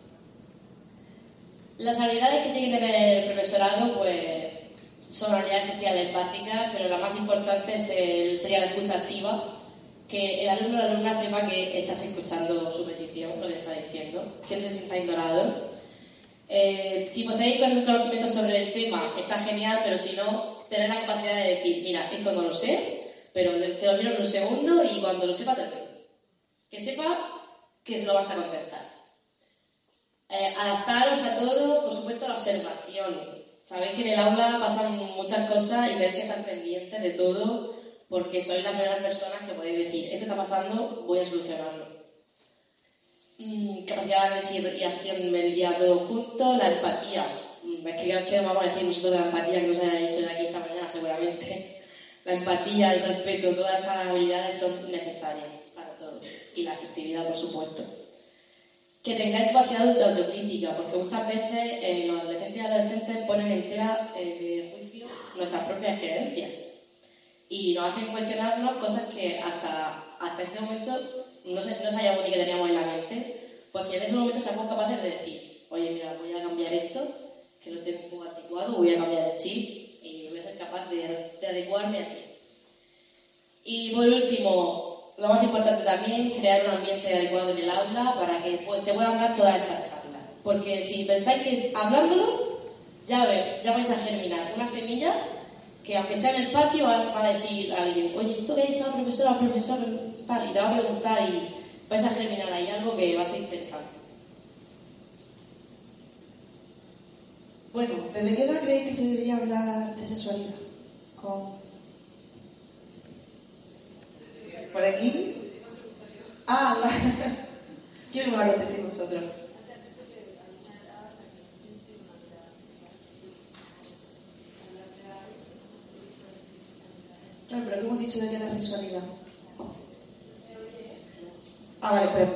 Speaker 4: Las habilidades que tiene que tener el profesorado, pues, son habilidades sociales básicas, pero la más importante es el- sería la escucha activa, que el alumno o la alumna sepa que estás escuchando su petición, lo que está diciendo, que no se sienta ignorado. Eh, si poseéis conocimiento sobre el tema, está genial, pero si no, tener la capacidad de decir, mira, esto no lo sé, pero te lo miro en un segundo y cuando lo sepa te lo digo. Que sepa que se lo vas a contestar. Eh, adaptaros a todo, por supuesto, a la observación. Sabéis que en el aula pasan muchas cosas y tenéis que estar pendientes de todo porque sois las primeras personas que podéis decir, esto está pasando, voy a solucionarlo. Mm, capacidad de análisis y acción del día todo junto, la empatía. Mm, es que, que vamos a decir nosotros de la empatía que nos haya dicho de aquí esta mañana seguramente. La empatía, el respeto, todas esas habilidades son necesarias para todos. Y la afectividad, por supuesto. que tengáis capacidad de autocrítica, porque muchas veces eh, los adolescentes y adolescentes ponen en tela eh, de juicio nuestras propias creencias y nos hacen cuestionarnos cosas que hasta, hasta ese momento no, se, no sabíamos ni que teníamos en la mente, pues que en ese momento seamos capaces de decir, oye, mira, voy a cambiar esto, que lo tengo un poco anticuado, voy a cambiar el chip y voy a ser capaz de, de adecuarme aquí. Y por último, lo más importante también, crear un ambiente adecuado en el aula para que pues, se puedan dar todas estas charlas. Porque si pensáis que hablándolo, ya, ve, ya vais a germinar una semilla que aunque sea en el patio va a decir a alguien, oye, esto que ha dicho la profesora, el profesor, tal, y te va a preguntar y vais a germinar ahí algo que va a ser interesante.
Speaker 5: Bueno, ¿desde qué edad creéis que se debería hablar de sexualidad? Con... ¿Por aquí? Ah, vale. Quiero que me la contestéis vosotros. Claro, pero ¿qué hemos dicho de qué es la sexualidad? Ah, vale, pero...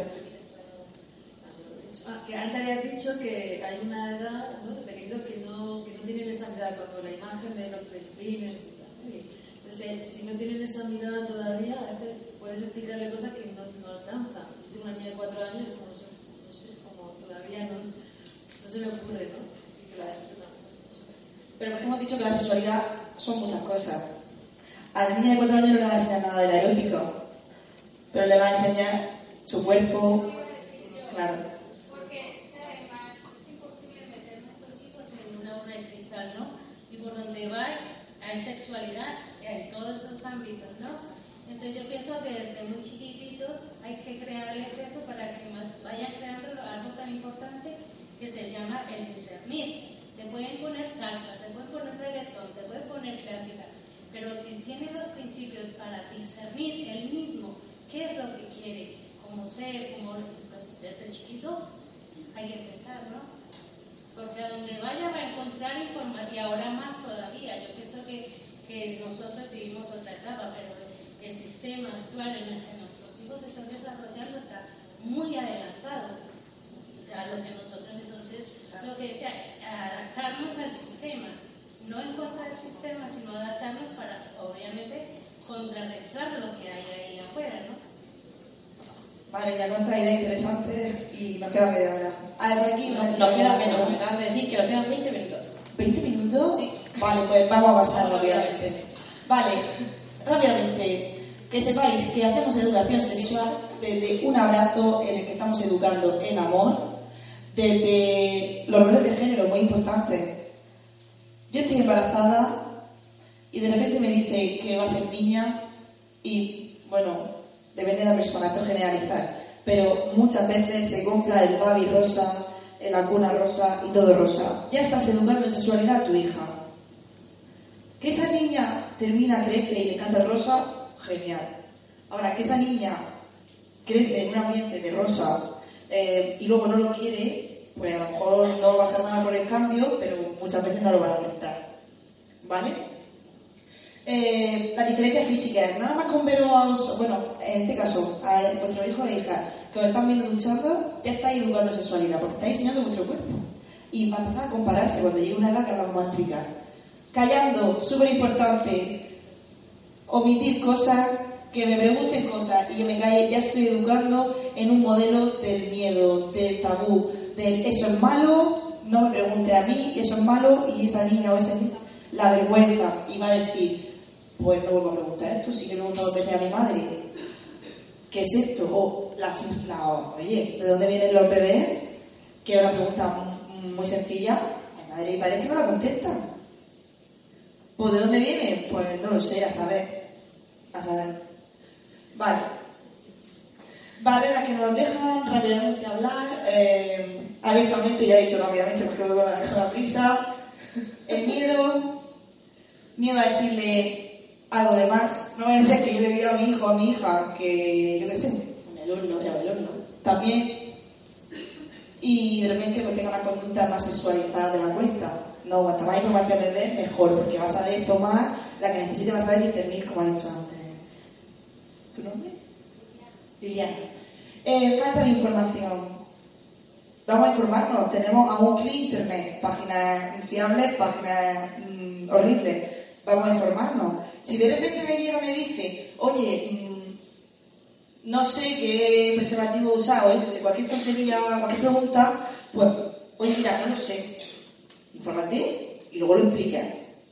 Speaker 9: Ah, que antes habías dicho que hay una edad, ¿no?, de pequeños que no, que no tienen esa mirada, cuando la imagen de los delfines y tal. Entonces, si no tienen esa mirada todavía, a veces puedes explicarle cosas que no, no alcanzan. Yo tengo una niña de cuatro años y no sé, no sé, como todavía no, no se me ocurre, ¿no? Y que la
Speaker 5: Pero porque hemos dicho que la sexualidad son muchas cosas. A la niña de cuatro años no le va a enseñar nada del erótico, pero le va a enseñar su cuerpo, claro.
Speaker 10: Porque además es imposible meter a nuestros hijos en una bola de cristal, ¿no? Y por donde va hay sexualidad en todos esos ámbitos, ¿no? Entonces yo pienso que desde muy chiquititos hay que crearles eso para que más vayan creando algo tan importante que se llama el discernir. Te pueden poner salsa, te pueden poner reggaetón, te pueden poner clásica, pero si tiene los principios para discernir él mismo qué es lo que quiere, como ser, como desde chiquito, hay que empezar, ¿no? Porque a donde vaya va a encontrar información, y ahora más todavía. Yo pienso que, que nosotros vivimos otra etapa, pero el sistema actual en el que nuestros hijos están desarrollando está muy adelantado a lo que nosotros. Entonces, lo que decía, adaptarnos al sistema, no en contra del sistema, sino adaptarnos para, obviamente, contrarrestar lo que hay ahí afuera, ¿no?
Speaker 5: Vale, ya cuántas ideas interesantes y nos queda media hora. A ver, por aquí
Speaker 4: nos, nos queda menos, me acabas de decir que nos quedan veinte minutos.
Speaker 5: ¿veinte minutos?
Speaker 4: Sí.
Speaker 5: Vale, pues vamos a pasar rápidamente. Vale, rápidamente. Que sepáis que hacemos educación sexual desde un abrazo en el que estamos educando en amor, desde los roles de género, muy importantes. Yo estoy embarazada y de repente me dice que va a ser niña y, bueno, depende de la persona, esto es generalizar, pero muchas veces se compra el baby rosa, la cuna rosa y todo rosa. Ya estás educando en sexualidad a tu hija. Que esa niña termina, crece y le encanta el rosa, genial. Ahora, que esa niña crece en un ambiente de rosa eh, y luego no lo quiere, pues a lo mejor no va a pasar nada por el cambio, pero muchas veces no lo van a aceptar. ¿Vale? Eh, la diferencia física, nada más con veros, bueno, en este caso, a vuestro hijo e hija que os están viendo duchando, ya estáis educando sexualidad, porque estáis enseñando vuestro cuerpo. Y va a empezar a compararse cuando llegue una edad que ahora vamos a explicar. Callando, súper importante, omitir cosas, que me pregunten cosas y yo me calle, ya estoy educando en un modelo del miedo, del tabú, del eso es malo, no me pregunte a mí, eso es malo, y esa niña o ese niño, la vergüenza, y va a decir, pues no vuelvo a preguntar esto, sí que me pregunto dos veces a mi madre, ¿qué es esto? O la, la oye, ¿de dónde vienen los bebés? Que es una pregunta muy sencilla, hay madres y padres que no la contestan. ¿Pues de dónde vienen? Pues no lo sé, a saber, a saber. Vale. Barreras que nos dejan rápidamente hablar, eh, abiertamente, ya he dicho rápidamente porque voy con la, con la prisa. El miedo, miedo a decirle algo de más. No vaya a ser que yo le diga a mi hijo o a mi hija que, yo qué sé,
Speaker 4: A mi alumno, y a mi alumno.
Speaker 5: también, y de repente pues tenga una conducta más sexualizada de la cuenta. No, cuanta más información le des, mejor, porque vas a saber tomar la que necesite, vas a saber discernir, como ha dicho antes. ¿Tu nombre? Liliana. Eh, falta de información. vamos a informarnos, tenemos a un clic internet, páginas infiables, páginas mmm, horribles, vamos a informarnos. Si de repente me llega y me dice, oye, mmm, no sé qué preservativo usar, o yo qué sé, cualquier tontería, cualquier pregunta, pues, oye, mira, no lo sé, infórmate y luego lo explicas.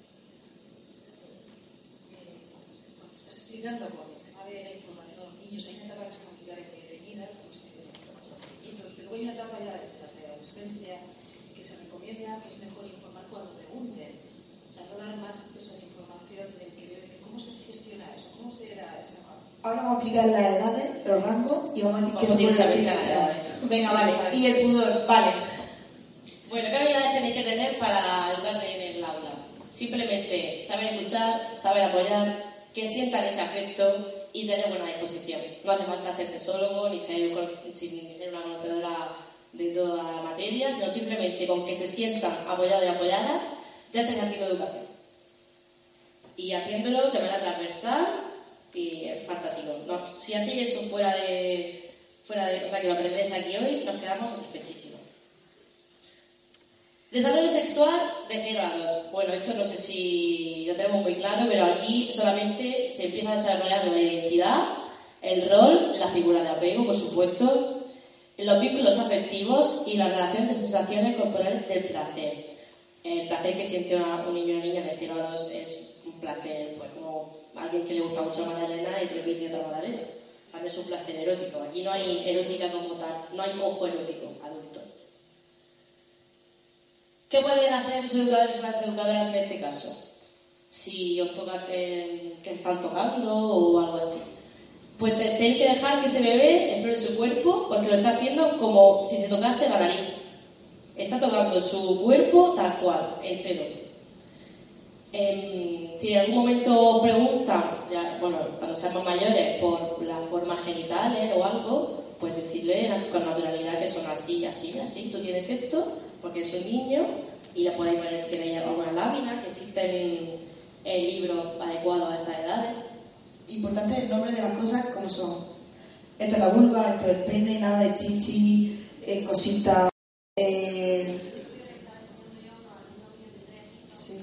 Speaker 11: Explicando con el tema de la información a los niños, hay una etapa que es complicada y definida, pues, los pequeñitos, pero luego hay una etapa ya de la adolescencia que se recomienda que es mejor informar cuando pregunten, o sea, no dar más acceso a la información del que debe, cómo se gestiona eso, cómo se da esa.
Speaker 5: Ahora vamos a explicar las edades, los rangos y vamos a decir qué se puede decir. Venga, vale, y el pudor, vale.
Speaker 4: Bueno, ¿qué habilidades tenéis que tener para educar en el aula? Simplemente saber escuchar, saber apoyar, que sientan ese afecto y tener buena disposición. No hace falta ser sexólogo ni ser, ni ser una conocedora de toda la materia, sino simplemente con que se sientan apoyados y apoyadas, ya están haciendo educación. Y haciéndolo de manera transversal y es fantástico. No, si hacéis eso fuera de, fuera de, o sea, que lo aprendéis aquí hoy, nos quedamos satisfechísimos. Desarrollo sexual de cero a dos. Bueno, esto no sé si lo tenemos muy claro, pero aquí solamente se empieza a desarrollar la identidad, el rol, la figura de apego, por supuesto, los vínculos afectivos y la relación de sensaciones corporales del placer. El placer que siente una, un niño o niña de cero a dos es un placer, pues como alguien que le gusta mucho la magdalena y repite otra magdalena. O sea, no es un placer erótico. Aquí no hay erótica como tal, no hay ojo erótico adulto. ¿Qué pueden hacer los educadores y las educadoras en este caso? Si os toca que, que están tocando o algo así. Pues tenéis que dejar que ese bebé explore su cuerpo porque lo está haciendo como si se tocase la nariz. Está tocando su cuerpo tal cual, entero. Eh, si en algún momento preguntan, ya, bueno, cuando seamos mayores, por las formas genitales o algo, pues decirle con naturalidad que son así, así, así. Tú tienes esto porque es un niño y le podéis poner si queréis alguna lámina, que existen eh, libros adecuados a esas edades.
Speaker 5: Importante el nombre de las cosas como son. Esto es la vulva, esto es el pene, nada de chichi, eh, cositas. Eh... Sí.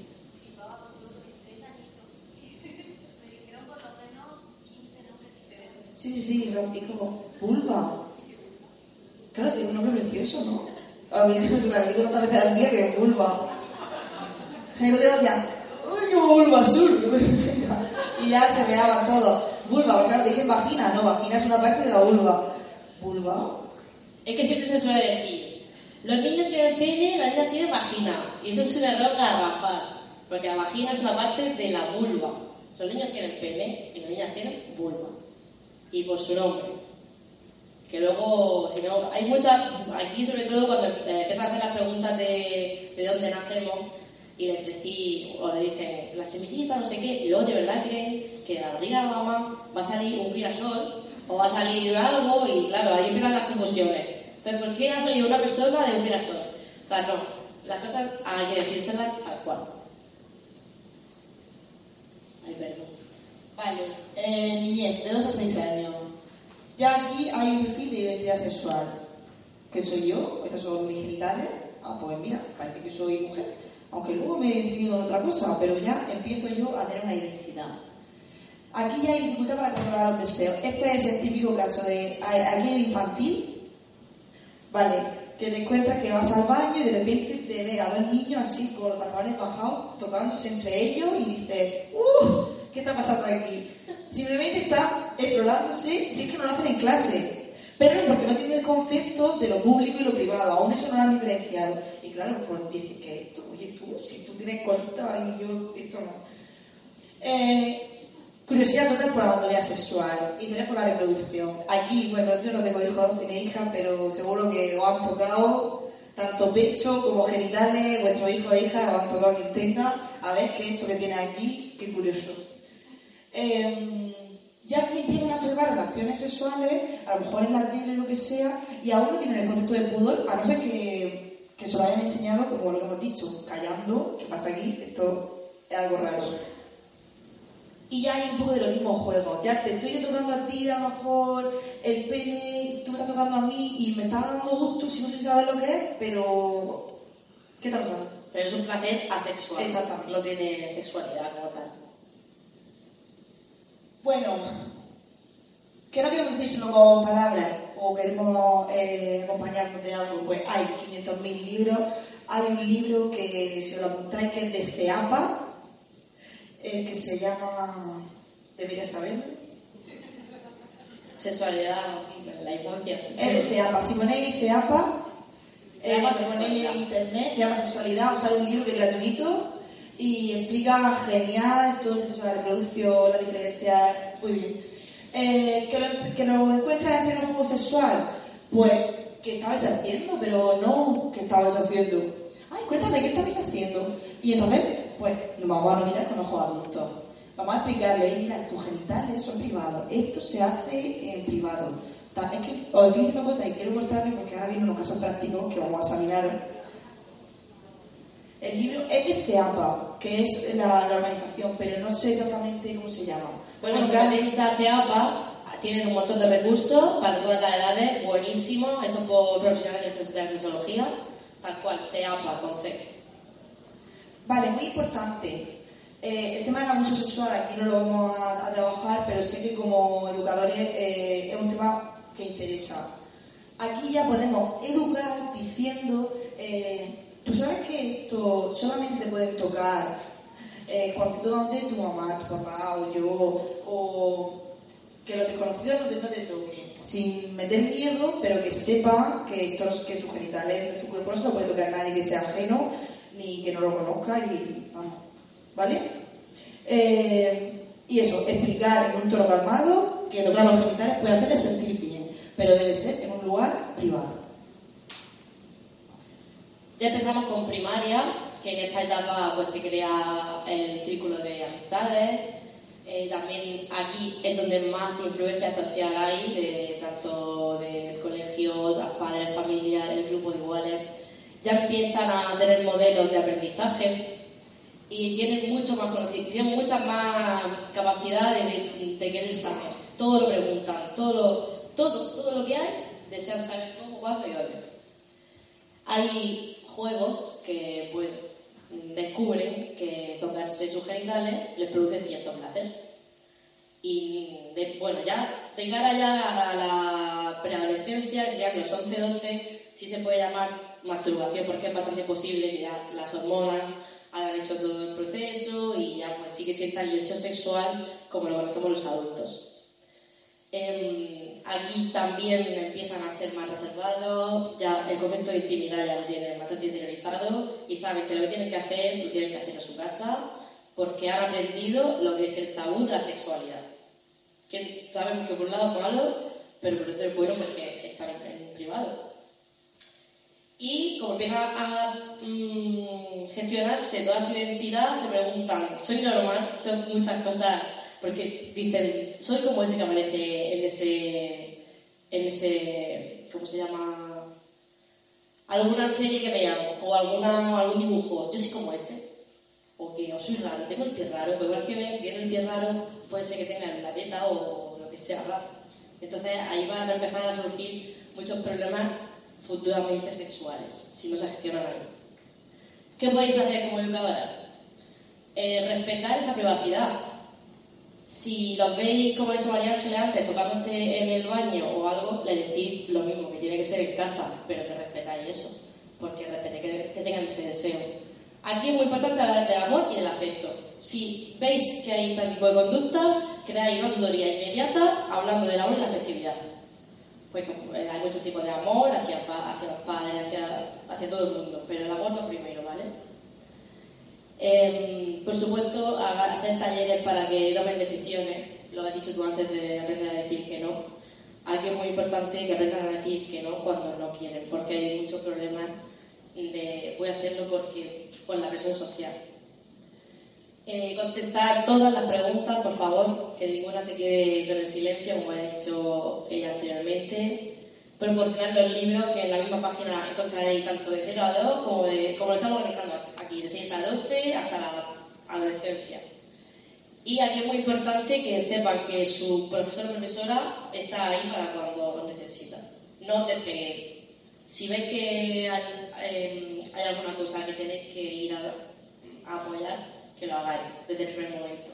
Speaker 5: Sí, sí, sí, es como vulva. Claro, sí, es un nombre precioso, ¿no? A mí me suena, digo tantas veces al día que es vulva. Y yo digo, ya, ¡uy, qué vulva azul! Y ya se veaban todos. Vulva, porque claro, te dicen vagina, no, vagina es una parte de la vulva. ¿Vulva?
Speaker 4: Es que siempre se suele decir, los niños tienen pene, las niñas tienen vagina. Y eso es un error garrafal, porque la vagina es una parte de la vulva. Los niños tienen pene y las niñas tienen vulva. Y por su nombre. Que luego, si no, hay muchas, aquí sobre todo cuando eh, empiezan a hacer las preguntas de, de dónde nacemos y les decís, o le dicen la semillita, no sé qué, y luego de verdad creen que de la barriga de la mamá va a salir un girasol o va a salir algo y claro, ahí empiezan las confusiones. Entonces, ¿por qué ha salido una persona de un girasol? O sea, no, las cosas hay que decírselas tal cual. Ay, perdón.
Speaker 5: Vale, eh, niñez, de dos a seis años. Ya aquí hay un perfil de identidad sexual. ¿Qué soy yo? Estos son mis genitales. Ah, pues mira, parece que soy mujer. Aunque luego me he decidido en otra cosa, pero ya empiezo yo a tener una identidad. Aquí ya hay dificultad para controlar los deseos. Este es el típico caso de... Aquí el infantil, vale, que te encuentras que vas al baño y de repente te ves a dos niños así con los pantalones bajados, tocándose entre ellos y dices, ¡uh! ¿Qué está pasando aquí? Simplemente está explorándose, si es que no lo hacen en clase, pero porque no tienen el concepto de lo público y lo privado, aún eso no lo han diferenciado. Y claro, pues dicen que esto, oye tú, si tú tienes colita y yo, esto no. Eh, curiosidad total por la anatomía sexual, interés por la reproducción. Aquí, bueno, yo no tengo hijos, no tiene hija, pero seguro que os han tocado tanto pecho como genitales, vuestros hijos e hijas os han tocado quien tenga, a ver qué es esto que tiene aquí, qué curioso. Eh, ya aquí empiezan a observar relaciones sexuales, a lo mejor en la tele o lo que sea, y aún no tienen el concepto de pudor, a no ser que, que se lo hayan enseñado, como lo que hemos dicho, callando, ¿qué pasa aquí? Esto es algo raro. y ya hay un poco de erotismo en juego. Ya te estoy yo tocando a ti, a lo mejor el pene, tú me estás tocando a mí y me estás dando gusto si no sé saber lo que es, pero ¿qué está pasando?
Speaker 4: Pero es un placer asexual.
Speaker 5: Exactamente.
Speaker 4: No tiene sexualidad como tal.
Speaker 5: Bueno, ¿qué no queremos decir solo con palabras? O queremos eh, acompañarnos de algo. Pues hay quinientos mil libros. Hay un libro que, si os lo apuntáis, que es de CEAPA, eh, que se llama... ¿Debería saberlo?
Speaker 4: Sexualidad en la infancia.
Speaker 5: Es de CEAPA. Si ponéis CEAPA, eh,
Speaker 4: llama
Speaker 5: si ponéis
Speaker 4: sexualidad.
Speaker 5: en internet, se llama Sexualidad, os sale un libro que es gratuito y explica genial todo el proceso de la reproducción, la diferencia, muy bien. Eh, que, lo, que lo encuentras en pleno juego sexual, pues, ¿qué estabais haciendo? Pero no, ¿qué estabais haciendo? Ay, cuéntame, ¿qué estabais haciendo? Y entonces, pues, nos vamos a mirar con ojos adultos. Vamos a explicarle, mira, tus genitales son privados, esto se hace en privado. Ta- Es que os estoy diciendo cosas y quiero cortarme porque ahora vienen unos casos prácticos que vamos a examinar. El libro es de CEAPA, que es la, la organización, pero no sé exactamente cómo se llama.
Speaker 4: Bueno, si
Speaker 5: claro,
Speaker 4: metéis a CEAPA, tienen un montón de recursos para todas las edades, buenísimo, hechos por profesionales de la sexología, tal cual, CEAPA, con C.
Speaker 5: Vale, muy importante. Eh, el tema del abuso sexual aquí no lo vamos a, a trabajar, pero sé que como educadores eh, es un tema que interesa. Aquí ya podemos educar diciendo, eh, tú sabes que esto solamente te pueden tocar eh, cuando te tocan de tu mamá, tu papá o yo, o que los desconocidos no te, no te toquen, sin meter miedo, pero que sepan que, estos, que sus genitales, su cuerpo no se lo puede tocar a nadie que sea ajeno, ni que no lo conozca, y vamos, ¿vale? Eh, y eso, explicar en un tono calmado que tocar los genitales puede hacerles sentir bien, pero debe ser en un lugar privado.
Speaker 4: Ya empezamos con primaria, que en esta etapa pues se crea el círculo de amistades. Eh, también aquí es donde más influencia social hay, de, tanto del colegio, los padres, familia, el grupo de iguales. Ya empiezan a tener modelos de aprendizaje y tienen mucho más conocimiento, tienen muchas más capacidades de, de querer saber. Todo lo preguntan, todo lo, todo, todo lo que hay, desean saber cómo, cuándo y dónde. Hay juegos que pues, descubren que tocarse sus genitales les produce cierto placer. Y de, bueno, ya de cara ya a la preadolescencia, ya que los once doce, sí se puede llamar masturbación, porque es bastante posible que ya las hormonas hayan hecho todo el proceso y ya pues sí que sienta el deseo sexual como lo conocemos los adultos. Eh, aquí también empiezan a ser más reservados, ya el concepto de intimidad ya lo tienen bastante interiorizado y saben que lo que tienen que hacer lo tienen que hacer en su casa porque han aprendido lo que es el tabú de la sexualidad. Que sabemos que por un lado es malo, pero por otro es bueno porque están en, en privado. Y como empiezan a mmm, gestionarse toda su identidad, se preguntan, ¿soy normal? Son muchas cosas, porque dicen, soy como ese que aparece en ese, en ese, ¿cómo se llama? Alguna serie que veamos, o alguna, algún dibujo, yo soy como ese. O que o soy raro, tengo el pie raro, pues igual que ven, si tienen el pie raro, puede ser que tengan la dieta o lo que sea raro. Entonces ahí van a empezar a surgir muchos problemas futuramente sexuales, si no se gestionan ahí. ¿Qué podéis hacer como educadora? Eh, respetar esa privacidad. Si los veis, como ha hecho María Ángeles antes, tocándose en el baño o algo, le decís lo mismo, que tiene que ser en casa, pero que respetáis eso, porque respetéis que, que tengan ese deseo. Aquí es muy importante hablar del amor y del afecto. Si veis que hay este tipo de conducta, creáis una tutoría inmediata hablando del amor y la afectividad. Pues hay muchos tipos de amor hacia, hacia los padres, hacia, hacia todo el mundo, pero el amor es lo primero, ¿vale? Eh, por supuesto, hacer talleres para que tomen decisiones, lo has dicho tú antes de aprender a decir que no. Aquí es muy importante que aprendan a decir que no cuando no quieren, porque hay muchos problemas de voy a hacerlo porque por la presión social. Eh, contestar todas las preguntas, por favor, que ninguna se quede con el silencio, como ha dicho ella anteriormente. Proporcionar los libros, que en la misma página encontraréis tanto de cero a dos como, de, como lo estamos organizando aquí, de seis a doce hasta la adolescencia. Y aquí es muy importante que sepan que su profesor o profesora está ahí para cuando lo necesitan. No os despeguéis. Si veis que hay, eh, hay alguna cosa que tenéis que ir a, a apoyar, que lo hagáis desde el primer momento.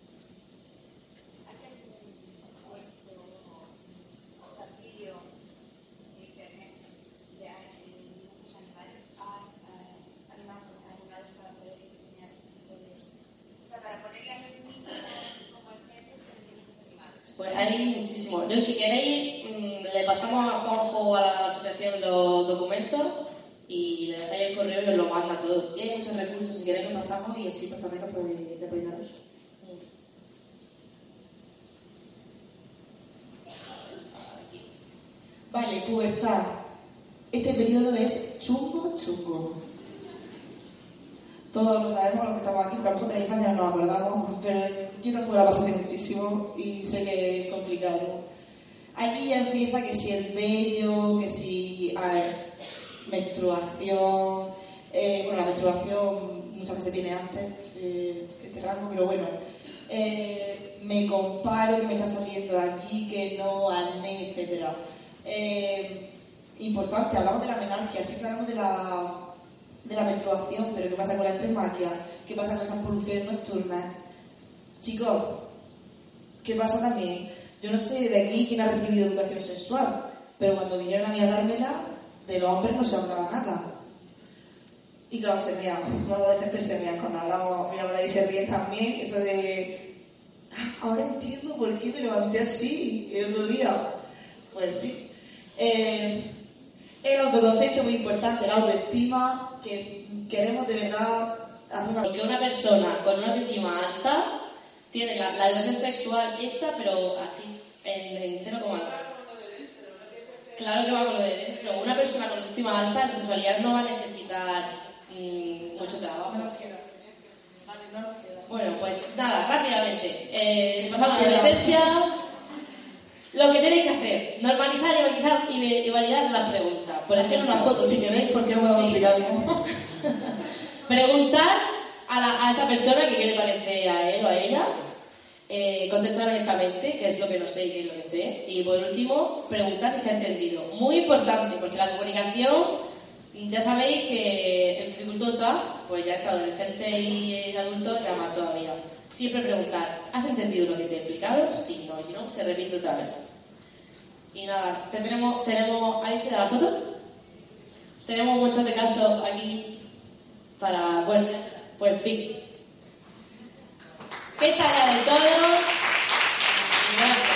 Speaker 4: Pues hay muchísimo. Yo, si queréis, mmm, le pasamos a Juanjo a la asociación los documentos y le dejáis el correo y os lo manda todo.
Speaker 5: Y hay muchos recursos, si queréis lo pasamos y así pues también lo podéis, le podéis dar uso. Vale, pubertad. Este periodo es chungo, chungo. Todos lo sabemos, los que estamos aquí, porque a lo mejor de la infancia no nos acordamos, pero yo tampoco la paso muchísimo y sé que es complicado. Aquí ya empieza que si el vello, que si hay menstruación, eh, bueno, la menstruación muchas veces viene antes de este rango, pero bueno, eh, me comparo, que me está saliendo aquí, que no, acné, etcétera. Eh, importante, hablamos de la menarquia, sí que hablamos de la, de la menstruación, pero ¿qué pasa con la espermaquia? ¿Qué pasa con esas poluciones nocturnas? Chicos, ¿qué pasa también? Yo no sé de aquí quién ha recibido educación sexual, pero cuando vinieron a mí a dármela, de los hombres no se hablaba nada. Y claro, se mean, los adolescentes se mean cuando hablamos, mira, por ahí se ríen también, eso de, ahora entiendo por qué me levanté así el otro día. Pues sí. Eh, el autoconcepto es muy importante, la autoestima, que queremos de verdad hacer una...
Speaker 4: Porque una persona con una autoestima alta tiene la, la educación sexual hecha, pero así, en, en cero coma nueve. Claro que va con lo de dentro. Una persona con autoestima alta en sexualidad no va a necesitar mmm, mucho trabajo.
Speaker 5: No nos queda. Vale, no nos queda.
Speaker 4: Bueno, pues nada, rápidamente. Eh, pasamos a la adolescencia. Lo que tenéis que hacer, normalizar y validar, y validar las preguntas. Por
Speaker 5: Hacer
Speaker 4: ejemplo,
Speaker 5: una foto si queréis, porque os voy a explicar cómo.
Speaker 4: Preguntar a, la, a esa persona que qué le parece a él o a ella, eh, contestar honestamente, qué es lo que no sé y qué es lo que sé, y por último, preguntar si se ha entendido. Muy importante, porque la comunicación, ya sabéis que es dificultosa, pues ya que adolescente y adulto, ya más todavía. Siempre preguntar, ¿has entendido lo que te he explicado? Sí, no, y si no, se repite otra vez. Y nada, tenemos, tenemos, ¿ha dicho ya la foto? Tenemos un montón de casos aquí para, bueno, pues en fin. ¿Qué tal de todo? Gracias.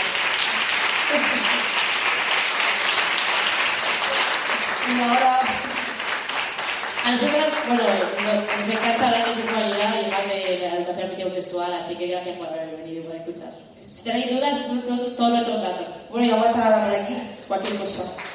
Speaker 5: Y ahora...
Speaker 4: A nosotros, bueno, nos, nos encanta hablar de sexualidad y hablar de la educación afectivo-sexual, así que gracias por haber venido y por escuchar. Si tenéis dudas, todos los otros datos.
Speaker 5: Bueno, y vamos a estar ahora por aquí, cualquier cosa.